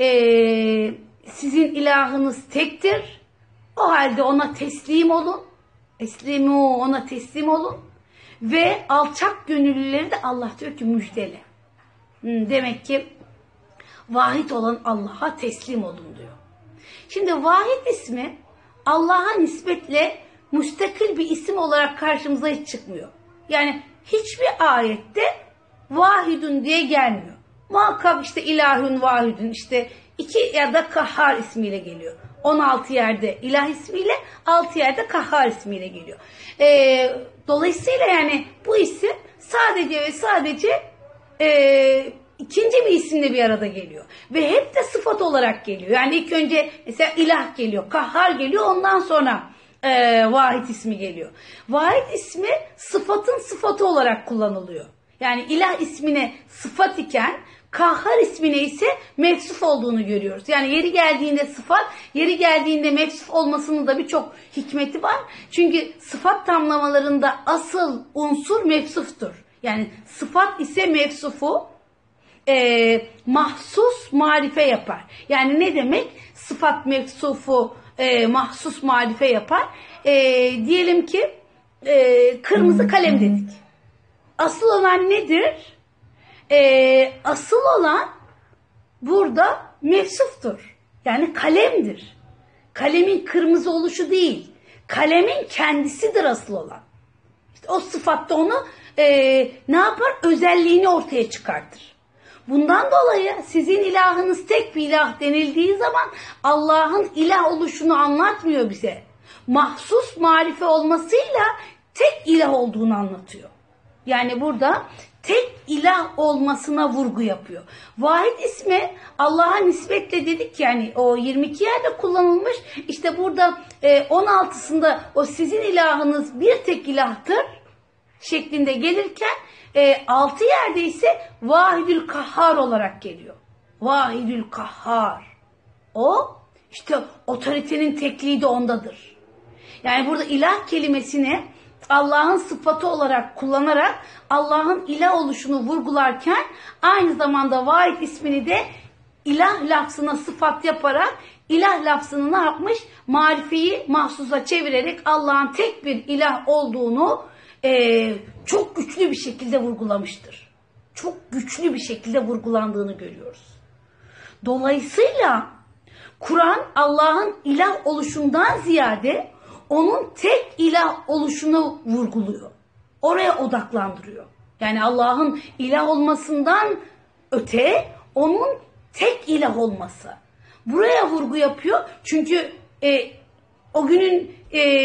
Sizin ilahınız tektir. O halde ona teslim olun. Eslimu, ona teslim olun. Ve alçak gönüllüleri de Allah diyor ki müjdele. Demek ki vahid olan Allah'a teslim olun diyor. Şimdi vahid ismi Allah'a nispetle müstakil bir isim olarak karşımıza hiç çıkmıyor. Yani hiçbir ayette vahidun diye gelmiyor. Muhakkak işte ilahun vahidun, işte 2 ya da kahhar ismiyle geliyor. 16 yerde ilah ismiyle, 6 yerde kahhar ismiyle geliyor. Dolayısıyla yani bu isim sadece ve sadece ikinci bir isimle bir arada geliyor. Ve hep de sıfat olarak geliyor. Yani ilk önce mesela ilah geliyor, kahhar geliyor, ondan sonra vahid ismi geliyor. Vahid ismi sıfatın sıfatı olarak kullanılıyor. Yani ilah ismine sıfat iken kahhar ismine ise mevsuf olduğunu görüyoruz. Yani yeri geldiğinde sıfat, yeri geldiğinde mevsuf olmasının da birçok hikmeti var. Çünkü sıfat tamlamalarında asıl unsur mevsuftur. Yani sıfat ise mevsufu mahsus marife yapar. Yani ne demek? Sıfat mevsufu mahsus marife yapar. Diyelim ki kırmızı kalem dedik. Asıl olan nedir? Asıl olan burada mevsuftur. Yani kalemdir. Kalemin kırmızı oluşu değil. Kalemin kendisidir asıl olan. İşte o sıfatta onu ne yapar? Özelliğini ortaya çıkartır. Bundan dolayı sizin ilahınız tek bir ilah denildiği zaman Allah'ın ilah oluşunu anlatmıyor bize. Mahsus marife olmasıyla tek ilah olduğunu anlatıyor. Yani burada tek ilah olmasına vurgu yapıyor. Vahid ismi Allah'a nispetle dedik, yani o 22 yerde kullanılmış. İşte burada 16'sında o sizin ilahınız bir tek ilahtır şeklinde gelirken 6 yerde ise Vahidül Kahhar olarak geliyor. Vahidül Kahhar. O işte otoritenin tekliği de ondadır. Yani burada ilah kelimesini Allah'ın sıfatı olarak kullanarak Allah'ın ilah oluşunu vurgularken aynı zamanda Vahid ismini de ilah lafzına sıfat yaparak ilah lafzını ne yapmış? Marifeyi mahsusa çevirerek Allah'ın tek bir ilah olduğunu çok güçlü bir şekilde vurgulamıştır. Çok güçlü bir şekilde vurgulandığını görüyoruz. Dolayısıyla Kur'an Allah'ın ilah oluşundan ziyade onun tek ilah oluşunu vurguluyor. Oraya odaklandırıyor. Yani Allah'ın ilah olmasından öte onun tek ilah olması. Buraya vurgu yapıyor. Çünkü o günün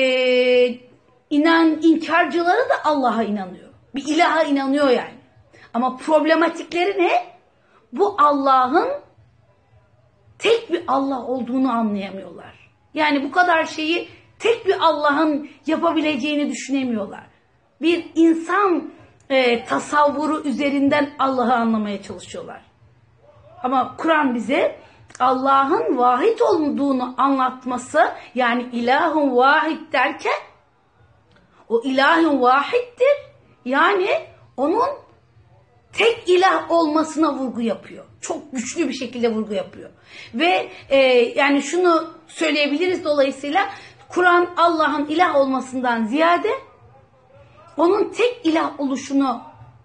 inkarcıları da Allah'a inanıyor. Bir ilaha inanıyor yani. Ama problematikleri ne? Bu Allah'ın tek bir Allah olduğunu anlayamıyorlar. Yani bu kadar şeyi tek bir Allah'ın yapabileceğini düşünemiyorlar. Bir insan tasavvuru üzerinden Allah'ı anlamaya çalışıyorlar. Ama Kur'an bize Allah'ın vahid olduğunu anlatması, yani ilahun vahid derken o ilahun vahiddir. Yani onun tek ilah olmasına vurgu yapıyor. Çok güçlü bir şekilde vurgu yapıyor. Ve yani şunu söyleyebiliriz dolayısıyla Kur'an Allah'ın ilah olmasından ziyade onun tek ilah oluşunu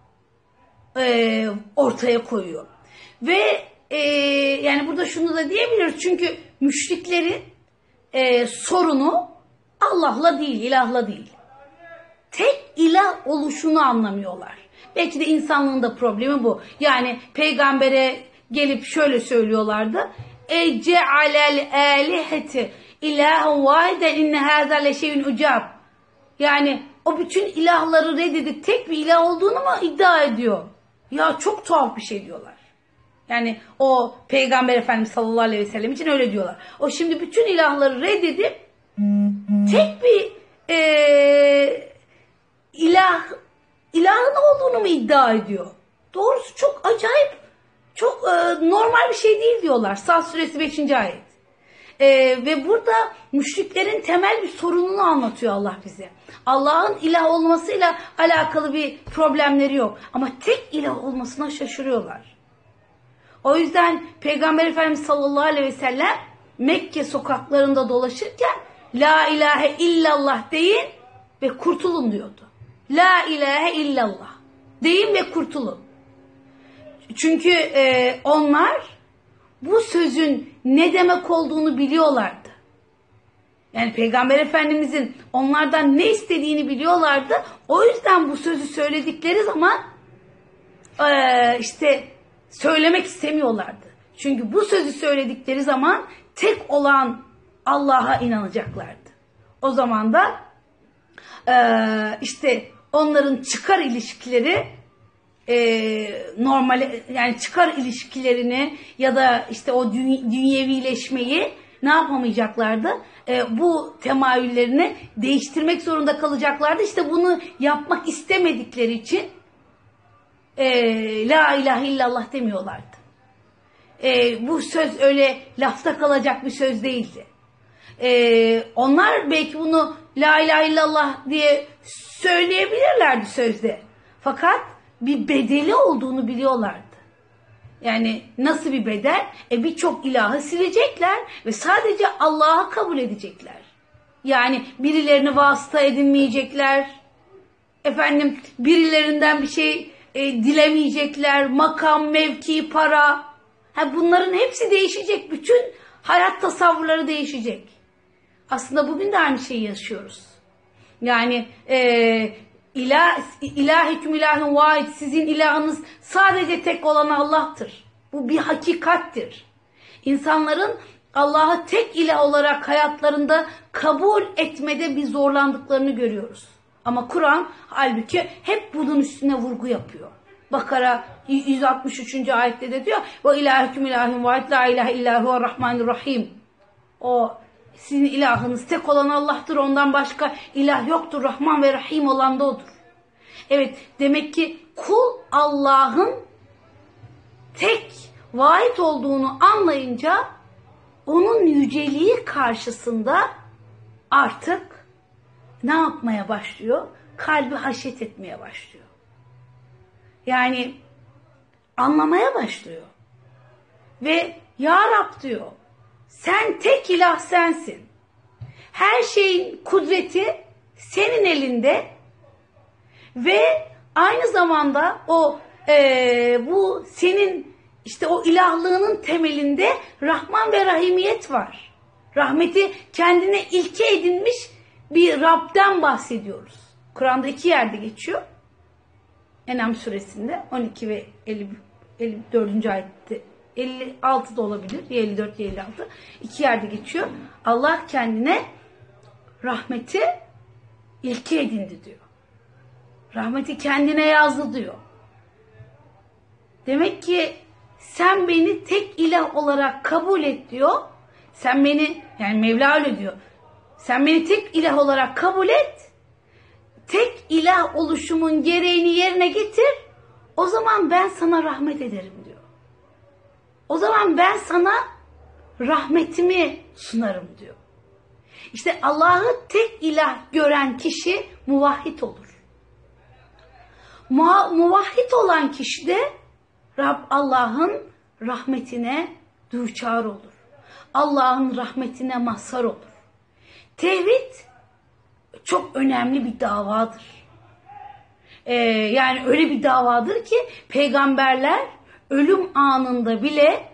ortaya koyuyor. Ve yani burada şunu da diyebiliriz. Çünkü müşriklerin sorunu Allah'la değil, ilahla değil. Tek ilah oluşunu anlamıyorlar. Belki de insanlığın da problemi bu. Yani peygambere gelip şöyle söylüyorlardı. Ece'alel aliheti ilahun vahiden inne hâzâ leşeyün ucab. Yani o bütün ilahları reddedip tek bir ilah olduğunu mu iddia ediyor? Ya çok tuhaf bir şey diyorlar. Yani o Peygamber Efendimiz sallallahu aleyhi ve sellem için öyle diyorlar. O şimdi bütün ilahları reddedip tek bir ilahın olduğunu mu iddia ediyor? Doğrusu çok acayip, çok normal bir şey değil diyorlar. Sad suresi 5. ayet. Ve burada müşriklerin temel bir sorununu anlatıyor Allah bize. Allah'ın ilah olmasıyla alakalı bir problemleri yok. Ama tek ilah olmasına şaşırıyorlar. O yüzden Peygamber Efendimiz sallallahu aleyhi ve sellem Mekke sokaklarında dolaşırken La ilahe illallah deyin ve kurtulun diyordu. La ilahe illallah deyin ve kurtulun. Çünkü onlar bu sözün ne demek olduğunu biliyorlardı. Yani Peygamber Efendimizin onlardan ne istediğini biliyorlardı. O yüzden bu sözü söyledikleri zaman işte söylemek istemiyorlardı. Çünkü bu sözü söyledikleri zaman tek olan Allah'a inanacaklardı. O zaman da işte onların çıkar ilişkileri normal yani çıkar ilişkilerini ya da işte o dünyevileşmeyi ne yapamayacaklardı? Bu temayüllerini değiştirmek zorunda kalacaklardı. İşte bunu yapmak istemedikleri için la ilahe illallah demiyorlardı. Bu söz öyle lafta kalacak bir söz değildi. Onlar belki bunu la ilahe illallah diye söyleyebilirlerdi sözde. Fakat bir bedeli olduğunu biliyorlardı. Yani nasıl bir bedel? Birçok ilahı silecekler ve sadece Allah'ı kabul edecekler. Yani birilerini vasıta edinmeyecekler. Efendim birilerinden bir şey dilemeyecekler. Makam, mevki, para. Bunların hepsi değişecek. Bütün hayat tasavvurları değişecek. Aslında bugün de aynı şeyi yaşıyoruz. Yani ilahiküm ilahun vahid, sizin ilahınız sadece tek olan Allah'tır. Bu bir hakikattir. İnsanların Allah'ı tek ilah olarak hayatlarında kabul etmede bir zorlandıklarını görüyoruz. Ama Kur'an halbuki hep bunun üstüne vurgu yapıyor. Bakara 163. ayette de diyor ve ilahiküm ilahun vahid la ilahe illahu rahmanirrahim. O sizin ilahınız tek olan Allah'tır. Ondan başka ilah yoktur. Rahman ve Rahim olan da odur. Evet, demek ki kul Allah'ın tek vahid olduğunu anlayınca onun yüceliği karşısında artık ne yapmaya başlıyor? Kalbi haşyet etmeye başlıyor. Yani anlamaya başlıyor. Ve Ya Rab diyor, sen tek ilah sensin. Her şeyin kudreti senin elinde ve aynı zamanda bu senin işte o ilahlığının temelinde Rahman ve Rahimiyet var. Rahmeti kendine ilke edinmiş bir Rab'den bahsediyoruz. Kur'an'da 2 yerde geçiyor. En'am suresinde 12 ve 54. ayette 56 da olabilir. Ya 54 ya 56. 2 yerde geçiyor. Allah kendine rahmeti ilke edindi diyor. Rahmeti kendine yazdı diyor. Demek ki sen beni tek ilah olarak kabul et diyor. Sen beni, yani Mevla öyle diyor. Sen beni tek ilah olarak kabul et. Tek ilah oluşumun gereğini yerine getir. O zaman ben sana rahmet ederim diyor. O zaman ben sana rahmetimi sunarım diyor. İşte Allah'ı tek ilah gören kişi muvahhid olur. Muvahhid olan kişi de Allah'ın rahmetine düçar olur. Allah'ın rahmetine mazhar olur. Tevhid çok önemli bir davadır. Yani öyle bir davadır ki peygamberler ölüm anında bile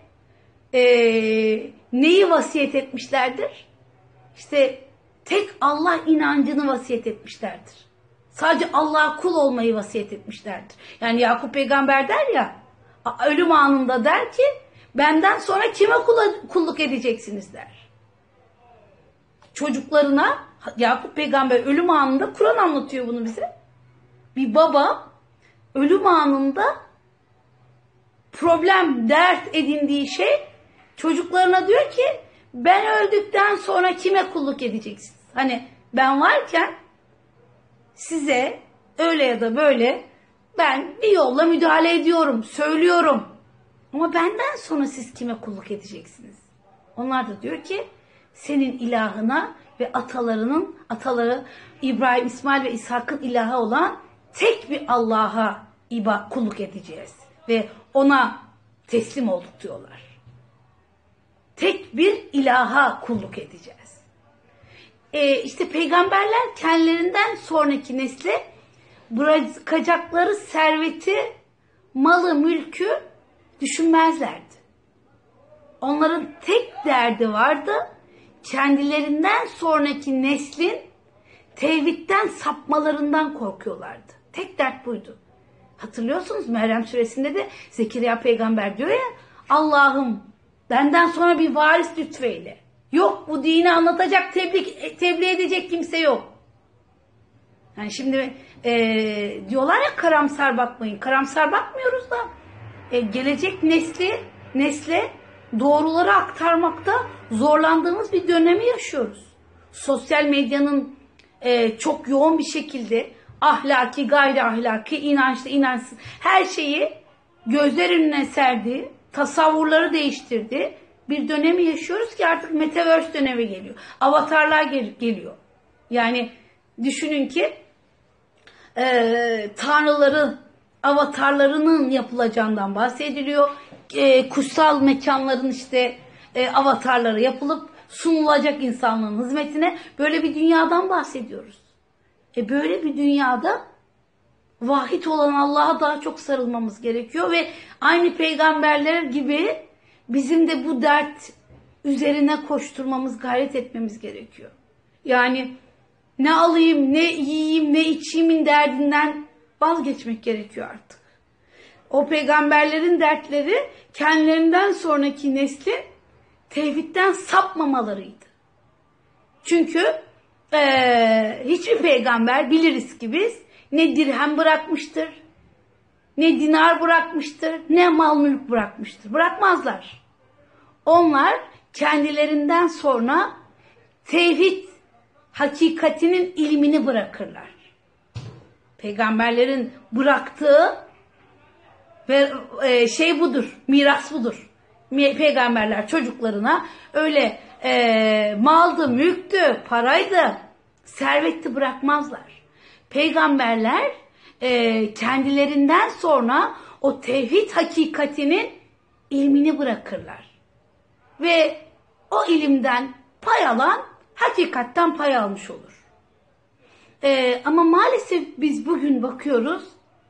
neyi vasiyet etmişlerdir? İşte tek Allah inancını vasiyet etmişlerdir. Sadece Allah'a kul olmayı vasiyet etmişlerdir. Yani Yakup peygamber der ya, ölüm anında der ki benden sonra kime kulluk edeceksiniz der. Çocuklarına Yakup peygamber ölüm anında, Kur'an anlatıyor bunu bize. Bir baba ölüm anında problem, dert edindiği şey çocuklarına diyor ki ben öldükten sonra kime kulluk edeceksiniz? Hani ben varken size öyle ya da böyle ben bir yolla müdahale ediyorum, söylüyorum. Ama benden sonra siz kime kulluk edeceksiniz? Onlar da diyor ki senin ilahına ve ataları İbrahim, İsmail ve İshak'ın ilahı olan tek bir Allah'a kulluk edeceğiz. Ve ona teslim olduk diyorlar. Tek bir ilaha kulluk edeceğiz. İşte peygamberler kendilerinden sonraki nesle bırakacakları serveti, malı, mülkü düşünmezlerdi. Onların tek derdi vardı, kendilerinden sonraki neslin tevhidden sapmalarından korkuyorlardı. Tek dert buydu. Hatırlıyorsunuz Meryem suresinde de Zekeriya peygamber diyor ya, Allah'ım benden sonra bir varis lütfeyle. Yok bu dini anlatacak, tebliğ edecek kimse yok. Yani şimdi diyorlar ya karamsar bakmayın. Karamsar bakmıyoruz da gelecek nesle doğruları aktarmakta zorlandığımız bir dönemi yaşıyoruz. Sosyal medyanın çok yoğun bir şekilde ahlaki, gayri ahlaki, inançlı, inançsız her şeyi gözler önüne serdi, tasavvurları değiştirdi. Bir dönemi yaşıyoruz ki artık Metaverse dönemi geliyor. Avatarlar geliyor. Yani düşünün ki tanrıların avatarlarının yapılacağından bahsediliyor. Kutsal mekanların işte avatarları yapılıp sunulacak insanlığın hizmetine, böyle bir dünyadan bahsediyoruz. Böyle bir dünyada vahid olan Allah'a daha çok sarılmamız gerekiyor ve aynı peygamberler gibi bizim de bu dert üzerine koşturmamız, gayret etmemiz gerekiyor. Yani ne alayım, ne yiyeyim, ne içeyimin derdinden vazgeçmek gerekiyor artık. O peygamberlerin dertleri kendilerinden sonraki nesli tevhidden sapmamalarıydı. Çünkü hiçbir peygamber, biliriz ki biz, ne dirhem bırakmıştır, ne dinar bırakmıştır, ne mal mülk bırakmıştır. Bırakmazlar. Onlar kendilerinden sonra tevhid hakikatinin ilmini bırakırlar. Peygamberlerin bıraktığı ve budur, miras budur. Peygamberler çocuklarına öyle maldı, mülktü, paraydı, servetti bırakmazlar. Peygamberler kendilerinden sonra o tevhid hakikatinin ilmini bırakırlar. Ve o ilimden pay alan hakikatten pay almış olur. Ama maalesef biz bugün bakıyoruz,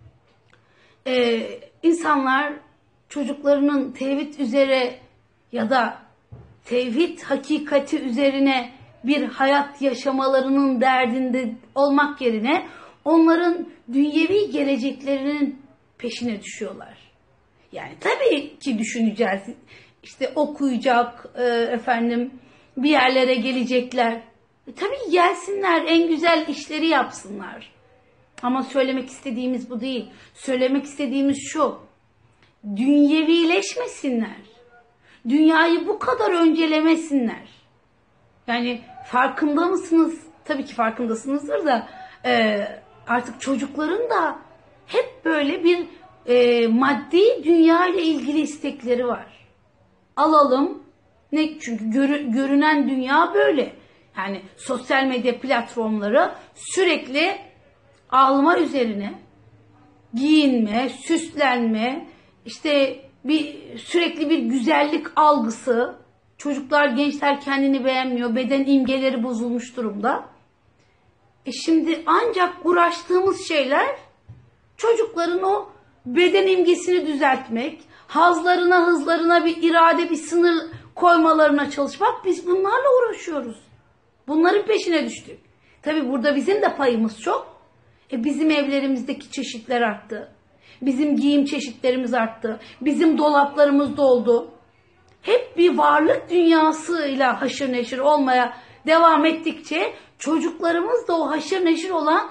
insanlar çocuklarının tevhid üzere ya da tevhid hakikati üzerine bir hayat yaşamalarının derdinde olmak yerine onların dünyevi geleceklerinin peşine düşüyorlar. Yani tabii ki düşüneceğiz. İşte okuyacak, bir yerlere gelecekler. Tabii gelsinler, en güzel işleri yapsınlar. Ama söylemek istediğimiz bu değil. Söylemek istediğimiz şu: dünyevileşmesinler. Dünyayı bu kadar öncelemesinler. Yani farkında mısınız? Tabii ki farkındasınızdır da artık çocukların da hep böyle bir maddi dünya ile ilgili istekleri var. Alalım. Ne? Çünkü görünen dünya böyle. Yani sosyal medya platformları sürekli alma üzerine, giyinme, süslenme, işte sürekli bir güzellik algısı. Çocuklar, gençler kendini beğenmiyor. Beden imgeleri bozulmuş durumda. Şimdi ancak uğraştığımız şeyler çocukların o beden imgesini düzeltmek, hızlarına bir irade, bir sınır koymalarına çalışmak. Biz bunlarla uğraşıyoruz. Bunların peşine düştük. Tabii burada bizim de payımız çok. Bizim evlerimizdeki çeşitler arttı. Bizim giyim çeşitlerimiz arttı. Bizim dolaplarımız doldu. Hep bir varlık dünyasıyla haşır neşir olmaya devam ettikçe çocuklarımız da o haşır neşir olan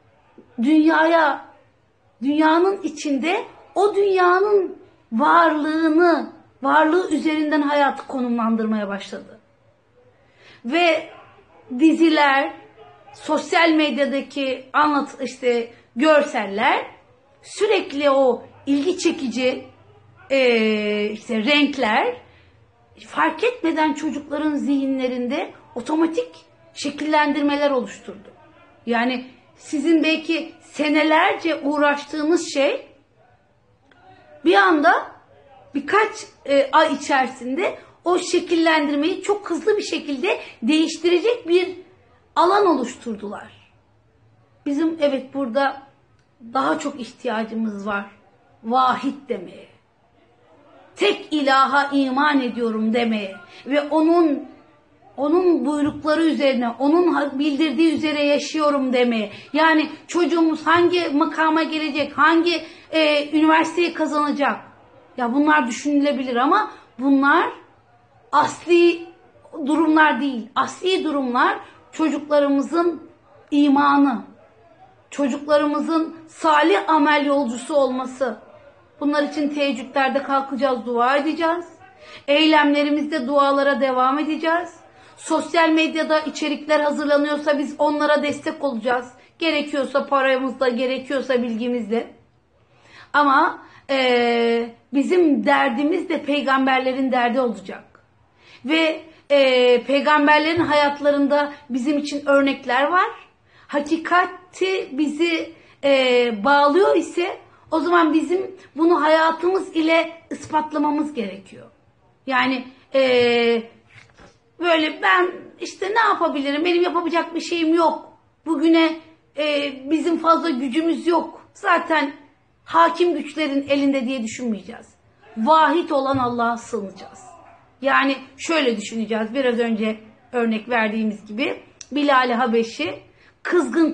dünyanın içinde o dünyanın varlığı üzerinden hayatı konumlandırmaya başladı. Ve diziler, sosyal medyadaki görseller sürekli o ilgi çekici renkler fark etmeden çocukların zihinlerinde otomatik şekillendirmeler oluşturdu. Yani sizin belki senelerce uğraştığınız şey bir anda birkaç ay içerisinde o şekillendirmeyi çok hızlı bir şekilde değiştirecek bir alan oluşturdular. Bizim burada daha çok ihtiyacımız var. Vahid demeye. Tek ilaha iman ediyorum demeye ve onun buyrukları üzerine, onun bildirdiği üzere yaşıyorum demeye. Yani çocuğumuz hangi makama gelecek, hangi üniversiteyi kazanacak? Ya bunlar düşünülebilir ama bunlar asli durumlar değil. Asli durumlar çocuklarımızın imanı, çocuklarımızın salih amel yolcusu olması. Bunlar için teheccüdlerde kalkacağız, dua edeceğiz. Eylemlerimizde dualara devam edeceğiz. Sosyal medyada içerikler hazırlanıyorsa biz onlara destek olacağız. Gerekiyorsa paramızla, gerekiyorsa bilgimizle. Ama bizim derdimiz de peygamberlerin derdi olacak. Ve peygamberlerin hayatlarında bizim için örnekler var. Hakikati bizi bağlıyor ise o zaman bizim bunu hayatımız ile ispatlamamız gerekiyor. Yani böyle ben işte ne yapabilirim? Benim yapabilecek bir şeyim yok. Bugüne bizim fazla gücümüz yok. Zaten hakim güçlerin elinde diye düşünmeyeceğiz. Vahid olan Allah'a sığınacağız. Yani şöyle düşüneceğiz. Biraz önce örnek verdiğimiz gibi Bilal-i Habeşi kızgın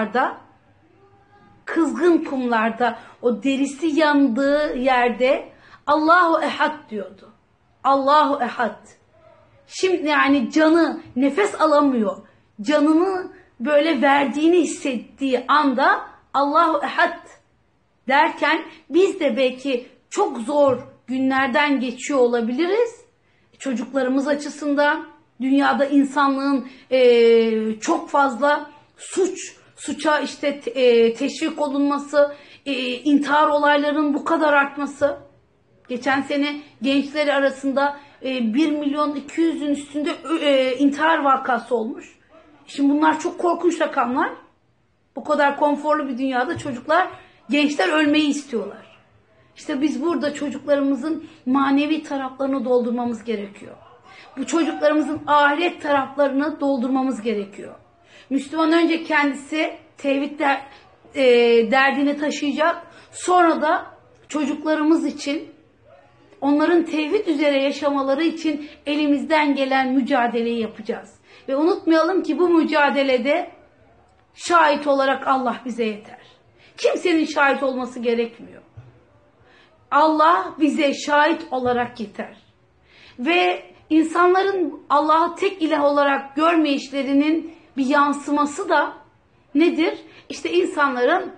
kumlarda o derisi yandığı yerde Allahu Ehad diyordu. Allahu Ehad. Şimdi yani canı nefes alamıyor. Canını böyle verdiğini hissettiği anda Allahu Ehad derken biz de belki çok zor günlerden geçiyor olabiliriz. Çocuklarımız açısından dünyada insanlığın çok fazla suça işte teşvik olunması, intihar olaylarının bu kadar artması. Geçen sene gençler arasında 1.200.000'ün üstünde intihar vakası olmuş. Şimdi bunlar çok korkunç rakamlar. Bu kadar konforlu bir dünyada gençler ölmeyi istiyorlar. İşte biz burada çocuklarımızın manevi taraflarını doldurmamız gerekiyor. Bu çocuklarımızın ahiret taraflarını doldurmamız gerekiyor. Müslüman önce kendisi tevhid derdini taşıyacak. Sonra da çocuklarımız için, onların tevhid üzere yaşamaları için elimizden gelen mücadeleyi yapacağız. Ve unutmayalım ki bu mücadelede şahit olarak Allah bize yeter. Kimsenin şahit olması gerekmiyor. Allah bize şahit olarak yeter. Ve insanların Allah'ı tek ilah olarak görmeyişlerinin bir yansıması da nedir? İşte insanların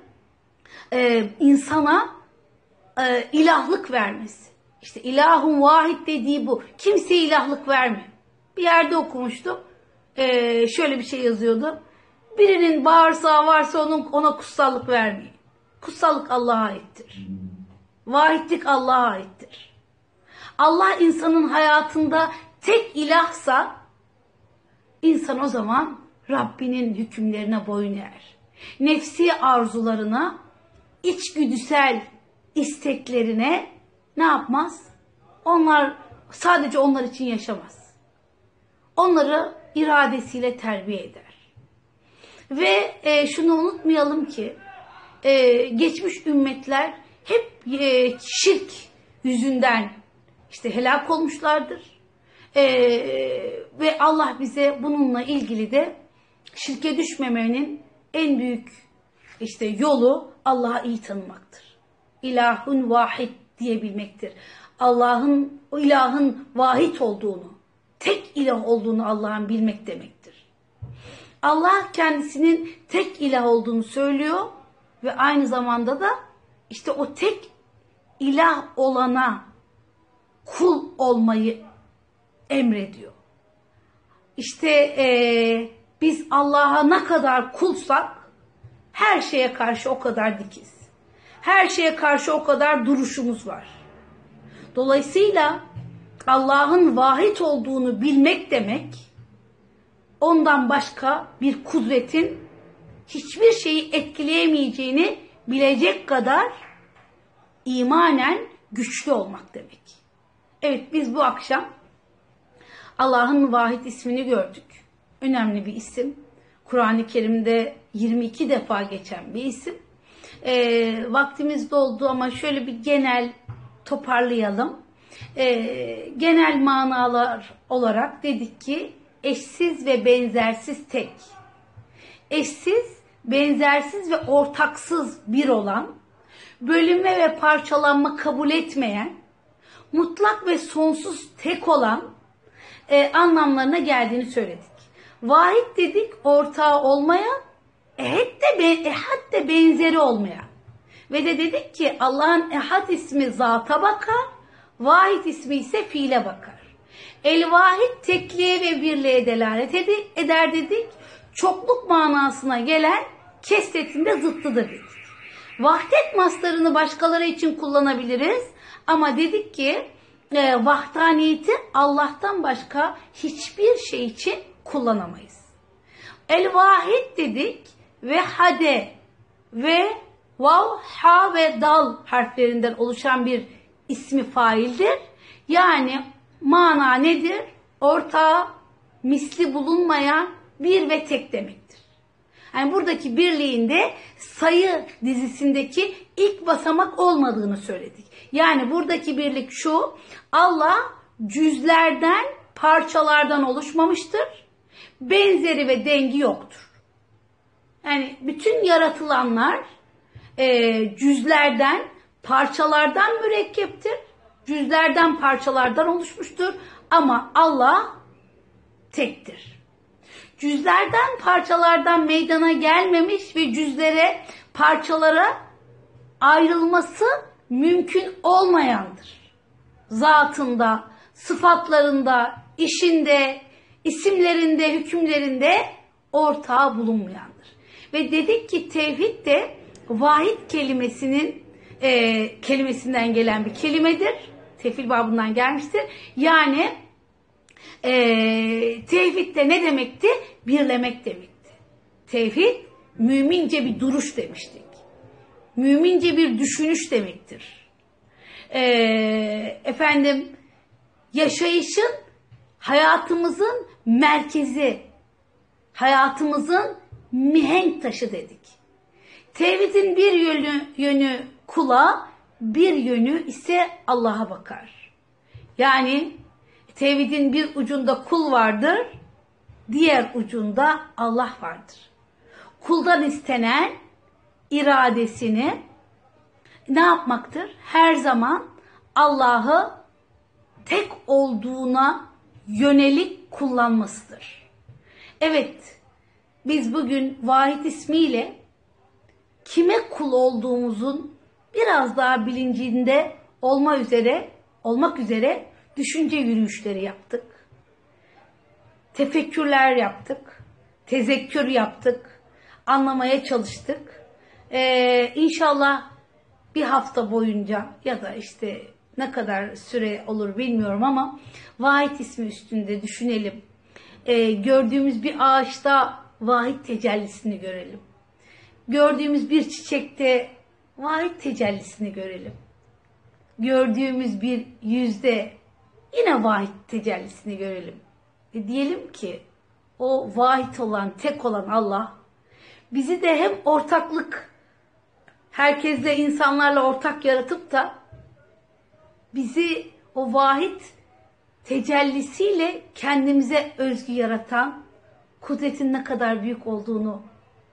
insana ilahlık vermesi. İşte ilahun vahid dediği bu. Kimseye ilahlık vermiyor. Bir yerde okumuştum. Şöyle bir şey yazıyordu. Birinin bağırsağı varsa ona kutsallık vermeyin. Kutsallık Allah'a aittir. Vahidlik Allah'a aittir. Allah insanın hayatında tek ilahsa insan o zaman Rabbinin hükümlerine boyun eğer. Nefsi arzularına, içgüdüsel isteklerine ne yapmaz? Sadece onlar için yaşamaz. Onları iradesiyle terbiye eder. Ve şunu unutmayalım ki geçmiş ümmetler hep şirk yüzünden işte helak olmuşlardır. Ve Allah bize bununla ilgili de şirke düşmemenin en büyük işte yolu Allah'a iyi tanımaktır. İlahun vahid diyebilmektir. O ilahın vahid olduğunu, tek ilah olduğunu Allah'ın bilmek demektir. Allah kendisinin tek ilah olduğunu söylüyor ve aynı zamanda da işte o tek ilah olana kul olmayı emrediyor. İşte biz Allah'a ne kadar kulsak her şeye karşı o kadar dikiz. Her şeye karşı o kadar duruşumuz var. Dolayısıyla Allah'ın vahid olduğunu bilmek demek, ondan başka bir kudretin hiçbir şeyi etkileyemeyeceğini bilecek kadar imanen güçlü olmak demek. Evet, biz bu akşam Allah'ın Vahid ismini gördük. Önemli bir isim. Kur'an-ı Kerim'de 22 defa geçen bir isim. Vaktimiz doldu ama şöyle bir genel toparlayalım. Genel manalar olarak dedik ki eşsiz ve benzersiz tek. Eşsiz, benzersiz ve ortaksız bir olan, bölünme ve parçalanma kabul etmeyen, mutlak ve sonsuz tek olan anlamlarına geldiğini söyledik. Vahid dedik, ortağı olmayan, ehad de benzeri olmayan. Ve de dedik ki Allah'ın ehad ismi zata bakar, vahid ismi ise fiile bakar. El-vahid tekliğe ve birliğe delalet eder dedik. Çokluk manasına gelen kesretin de zıttıdır dedik. Vahdet mastarını başkaları için kullanabiliriz. Ama dedik ki vahdaniyeti Allah'tan başka hiçbir şey için kullanamayız. El-vahid dedik ve hade ve vav, ha ve dal harflerinden oluşan bir ismi faildir. Yani mana nedir? Ortağı, misli bulunmayan bir ve tek demektir. Yani buradaki birliğinde sayı dizisindeki ilk basamak olmadığını söyledik. Yani buradaki birlik şu: Allah cüzlerden, parçalardan oluşmamıştır. Benzeri ve dengi yoktur. Yani bütün yaratılanlar cüzlerden, parçalardan mürekkeptir. Cüzlerden, parçalardan oluşmuştur. Ama Allah tektir. Cüzlerden, parçalardan meydana gelmemiş ve cüzlere, parçalara ayrılması mümkün olmayandır. Zatında, sıfatlarında, işinde, isimlerinde, hükümlerinde ortağı bulunmayandır. Ve dedik ki tevhid de vahid kelimesinden gelen bir kelimedir. Tefil babından gelmiştir. Yani tevhid de ne demekti? Birlemek demekti. Tevhid mümince bir duruş demiştik. Mümince bir düşünüş demektir. Yaşayışın, hayatımızın merkezi, hayatımızın mihenk taşı dedik. Tevhidin bir yönü kula, bir yönü ise Allah'a bakar. Yani tevhidin bir ucunda kul vardır, diğer ucunda Allah vardır. Kuldan istenen iradesini ne yapmaktır? Her zaman Allah'ı tek olduğuna yönelik kullanmasıdır. Evet, biz bugün vahid ismiyle kime kul olduğumuzun biraz daha bilincinde olmak üzere düşünce yürüyüşleri yaptık. Tefekkürler yaptık. Tezekkür yaptık. Anlamaya çalıştık. İnşallah bir hafta boyunca ya da işte ne kadar süre olur bilmiyorum ama vahid ismi üstünde düşünelim. Gördüğümüz bir ağaçta vahid tecellisini görelim. Gördüğümüz bir çiçekte vahid tecellisini görelim. Gördüğümüz bir yüzde yine vahid tecellisini görelim. Ve diyelim ki o vahid olan, tek olan Allah bizi de hem herkesle, insanlarla ortak yaratıp da bizi o vahid tecellisiyle kendimize özgü yaratan kudretin ne kadar büyük olduğunu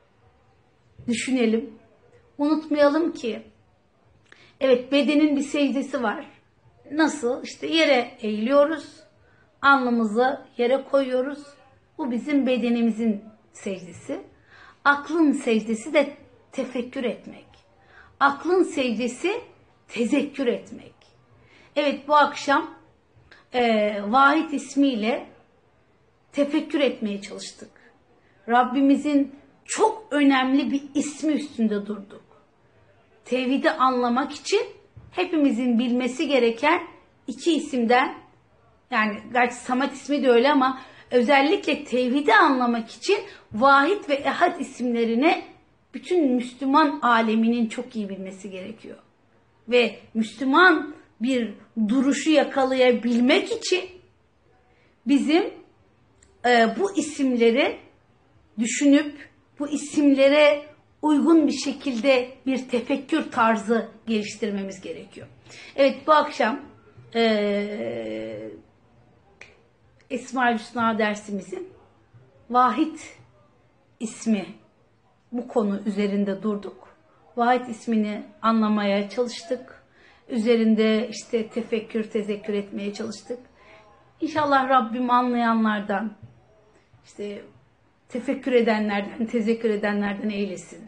düşünelim. Unutmayalım ki evet, bedenin bir secdesi var. Nasıl? İşte yere eğiliyoruz, alnımızı yere koyuyoruz. Bu bizim bedenimizin secdesi. Aklın secdesi de tefekkür etmek. Aklın secdesi tezekkür etmek. Evet, bu akşam vahid ismiyle tefekkür etmeye çalıştık. Rabbimizin çok önemli bir ismi üstünde durduk. Tevhidi anlamak için hepimizin bilmesi gereken iki isimden, yani gerçi Samet ismi de öyle ama özellikle tevhidi anlamak için vahid ve ehad isimlerini bütün Müslüman aleminin çok iyi bilmesi gerekiyor. Ve Müslüman bir duruşu yakalayabilmek için bizim bu isimleri düşünüp bu isimlere uygun bir şekilde bir tefekkür tarzı geliştirmemiz gerekiyor. Evet, bu akşam Esma-ül Hüsna dersimizin vahid ismi, bu konu üzerinde durduk. Vahid ismini anlamaya çalıştık. Üzerinde işte tefekkür, tezekkür etmeye çalıştık. İnşallah Rabbim anlayanlardan, işte tefekkür edenlerden, tezekkür edenlerden eylesin.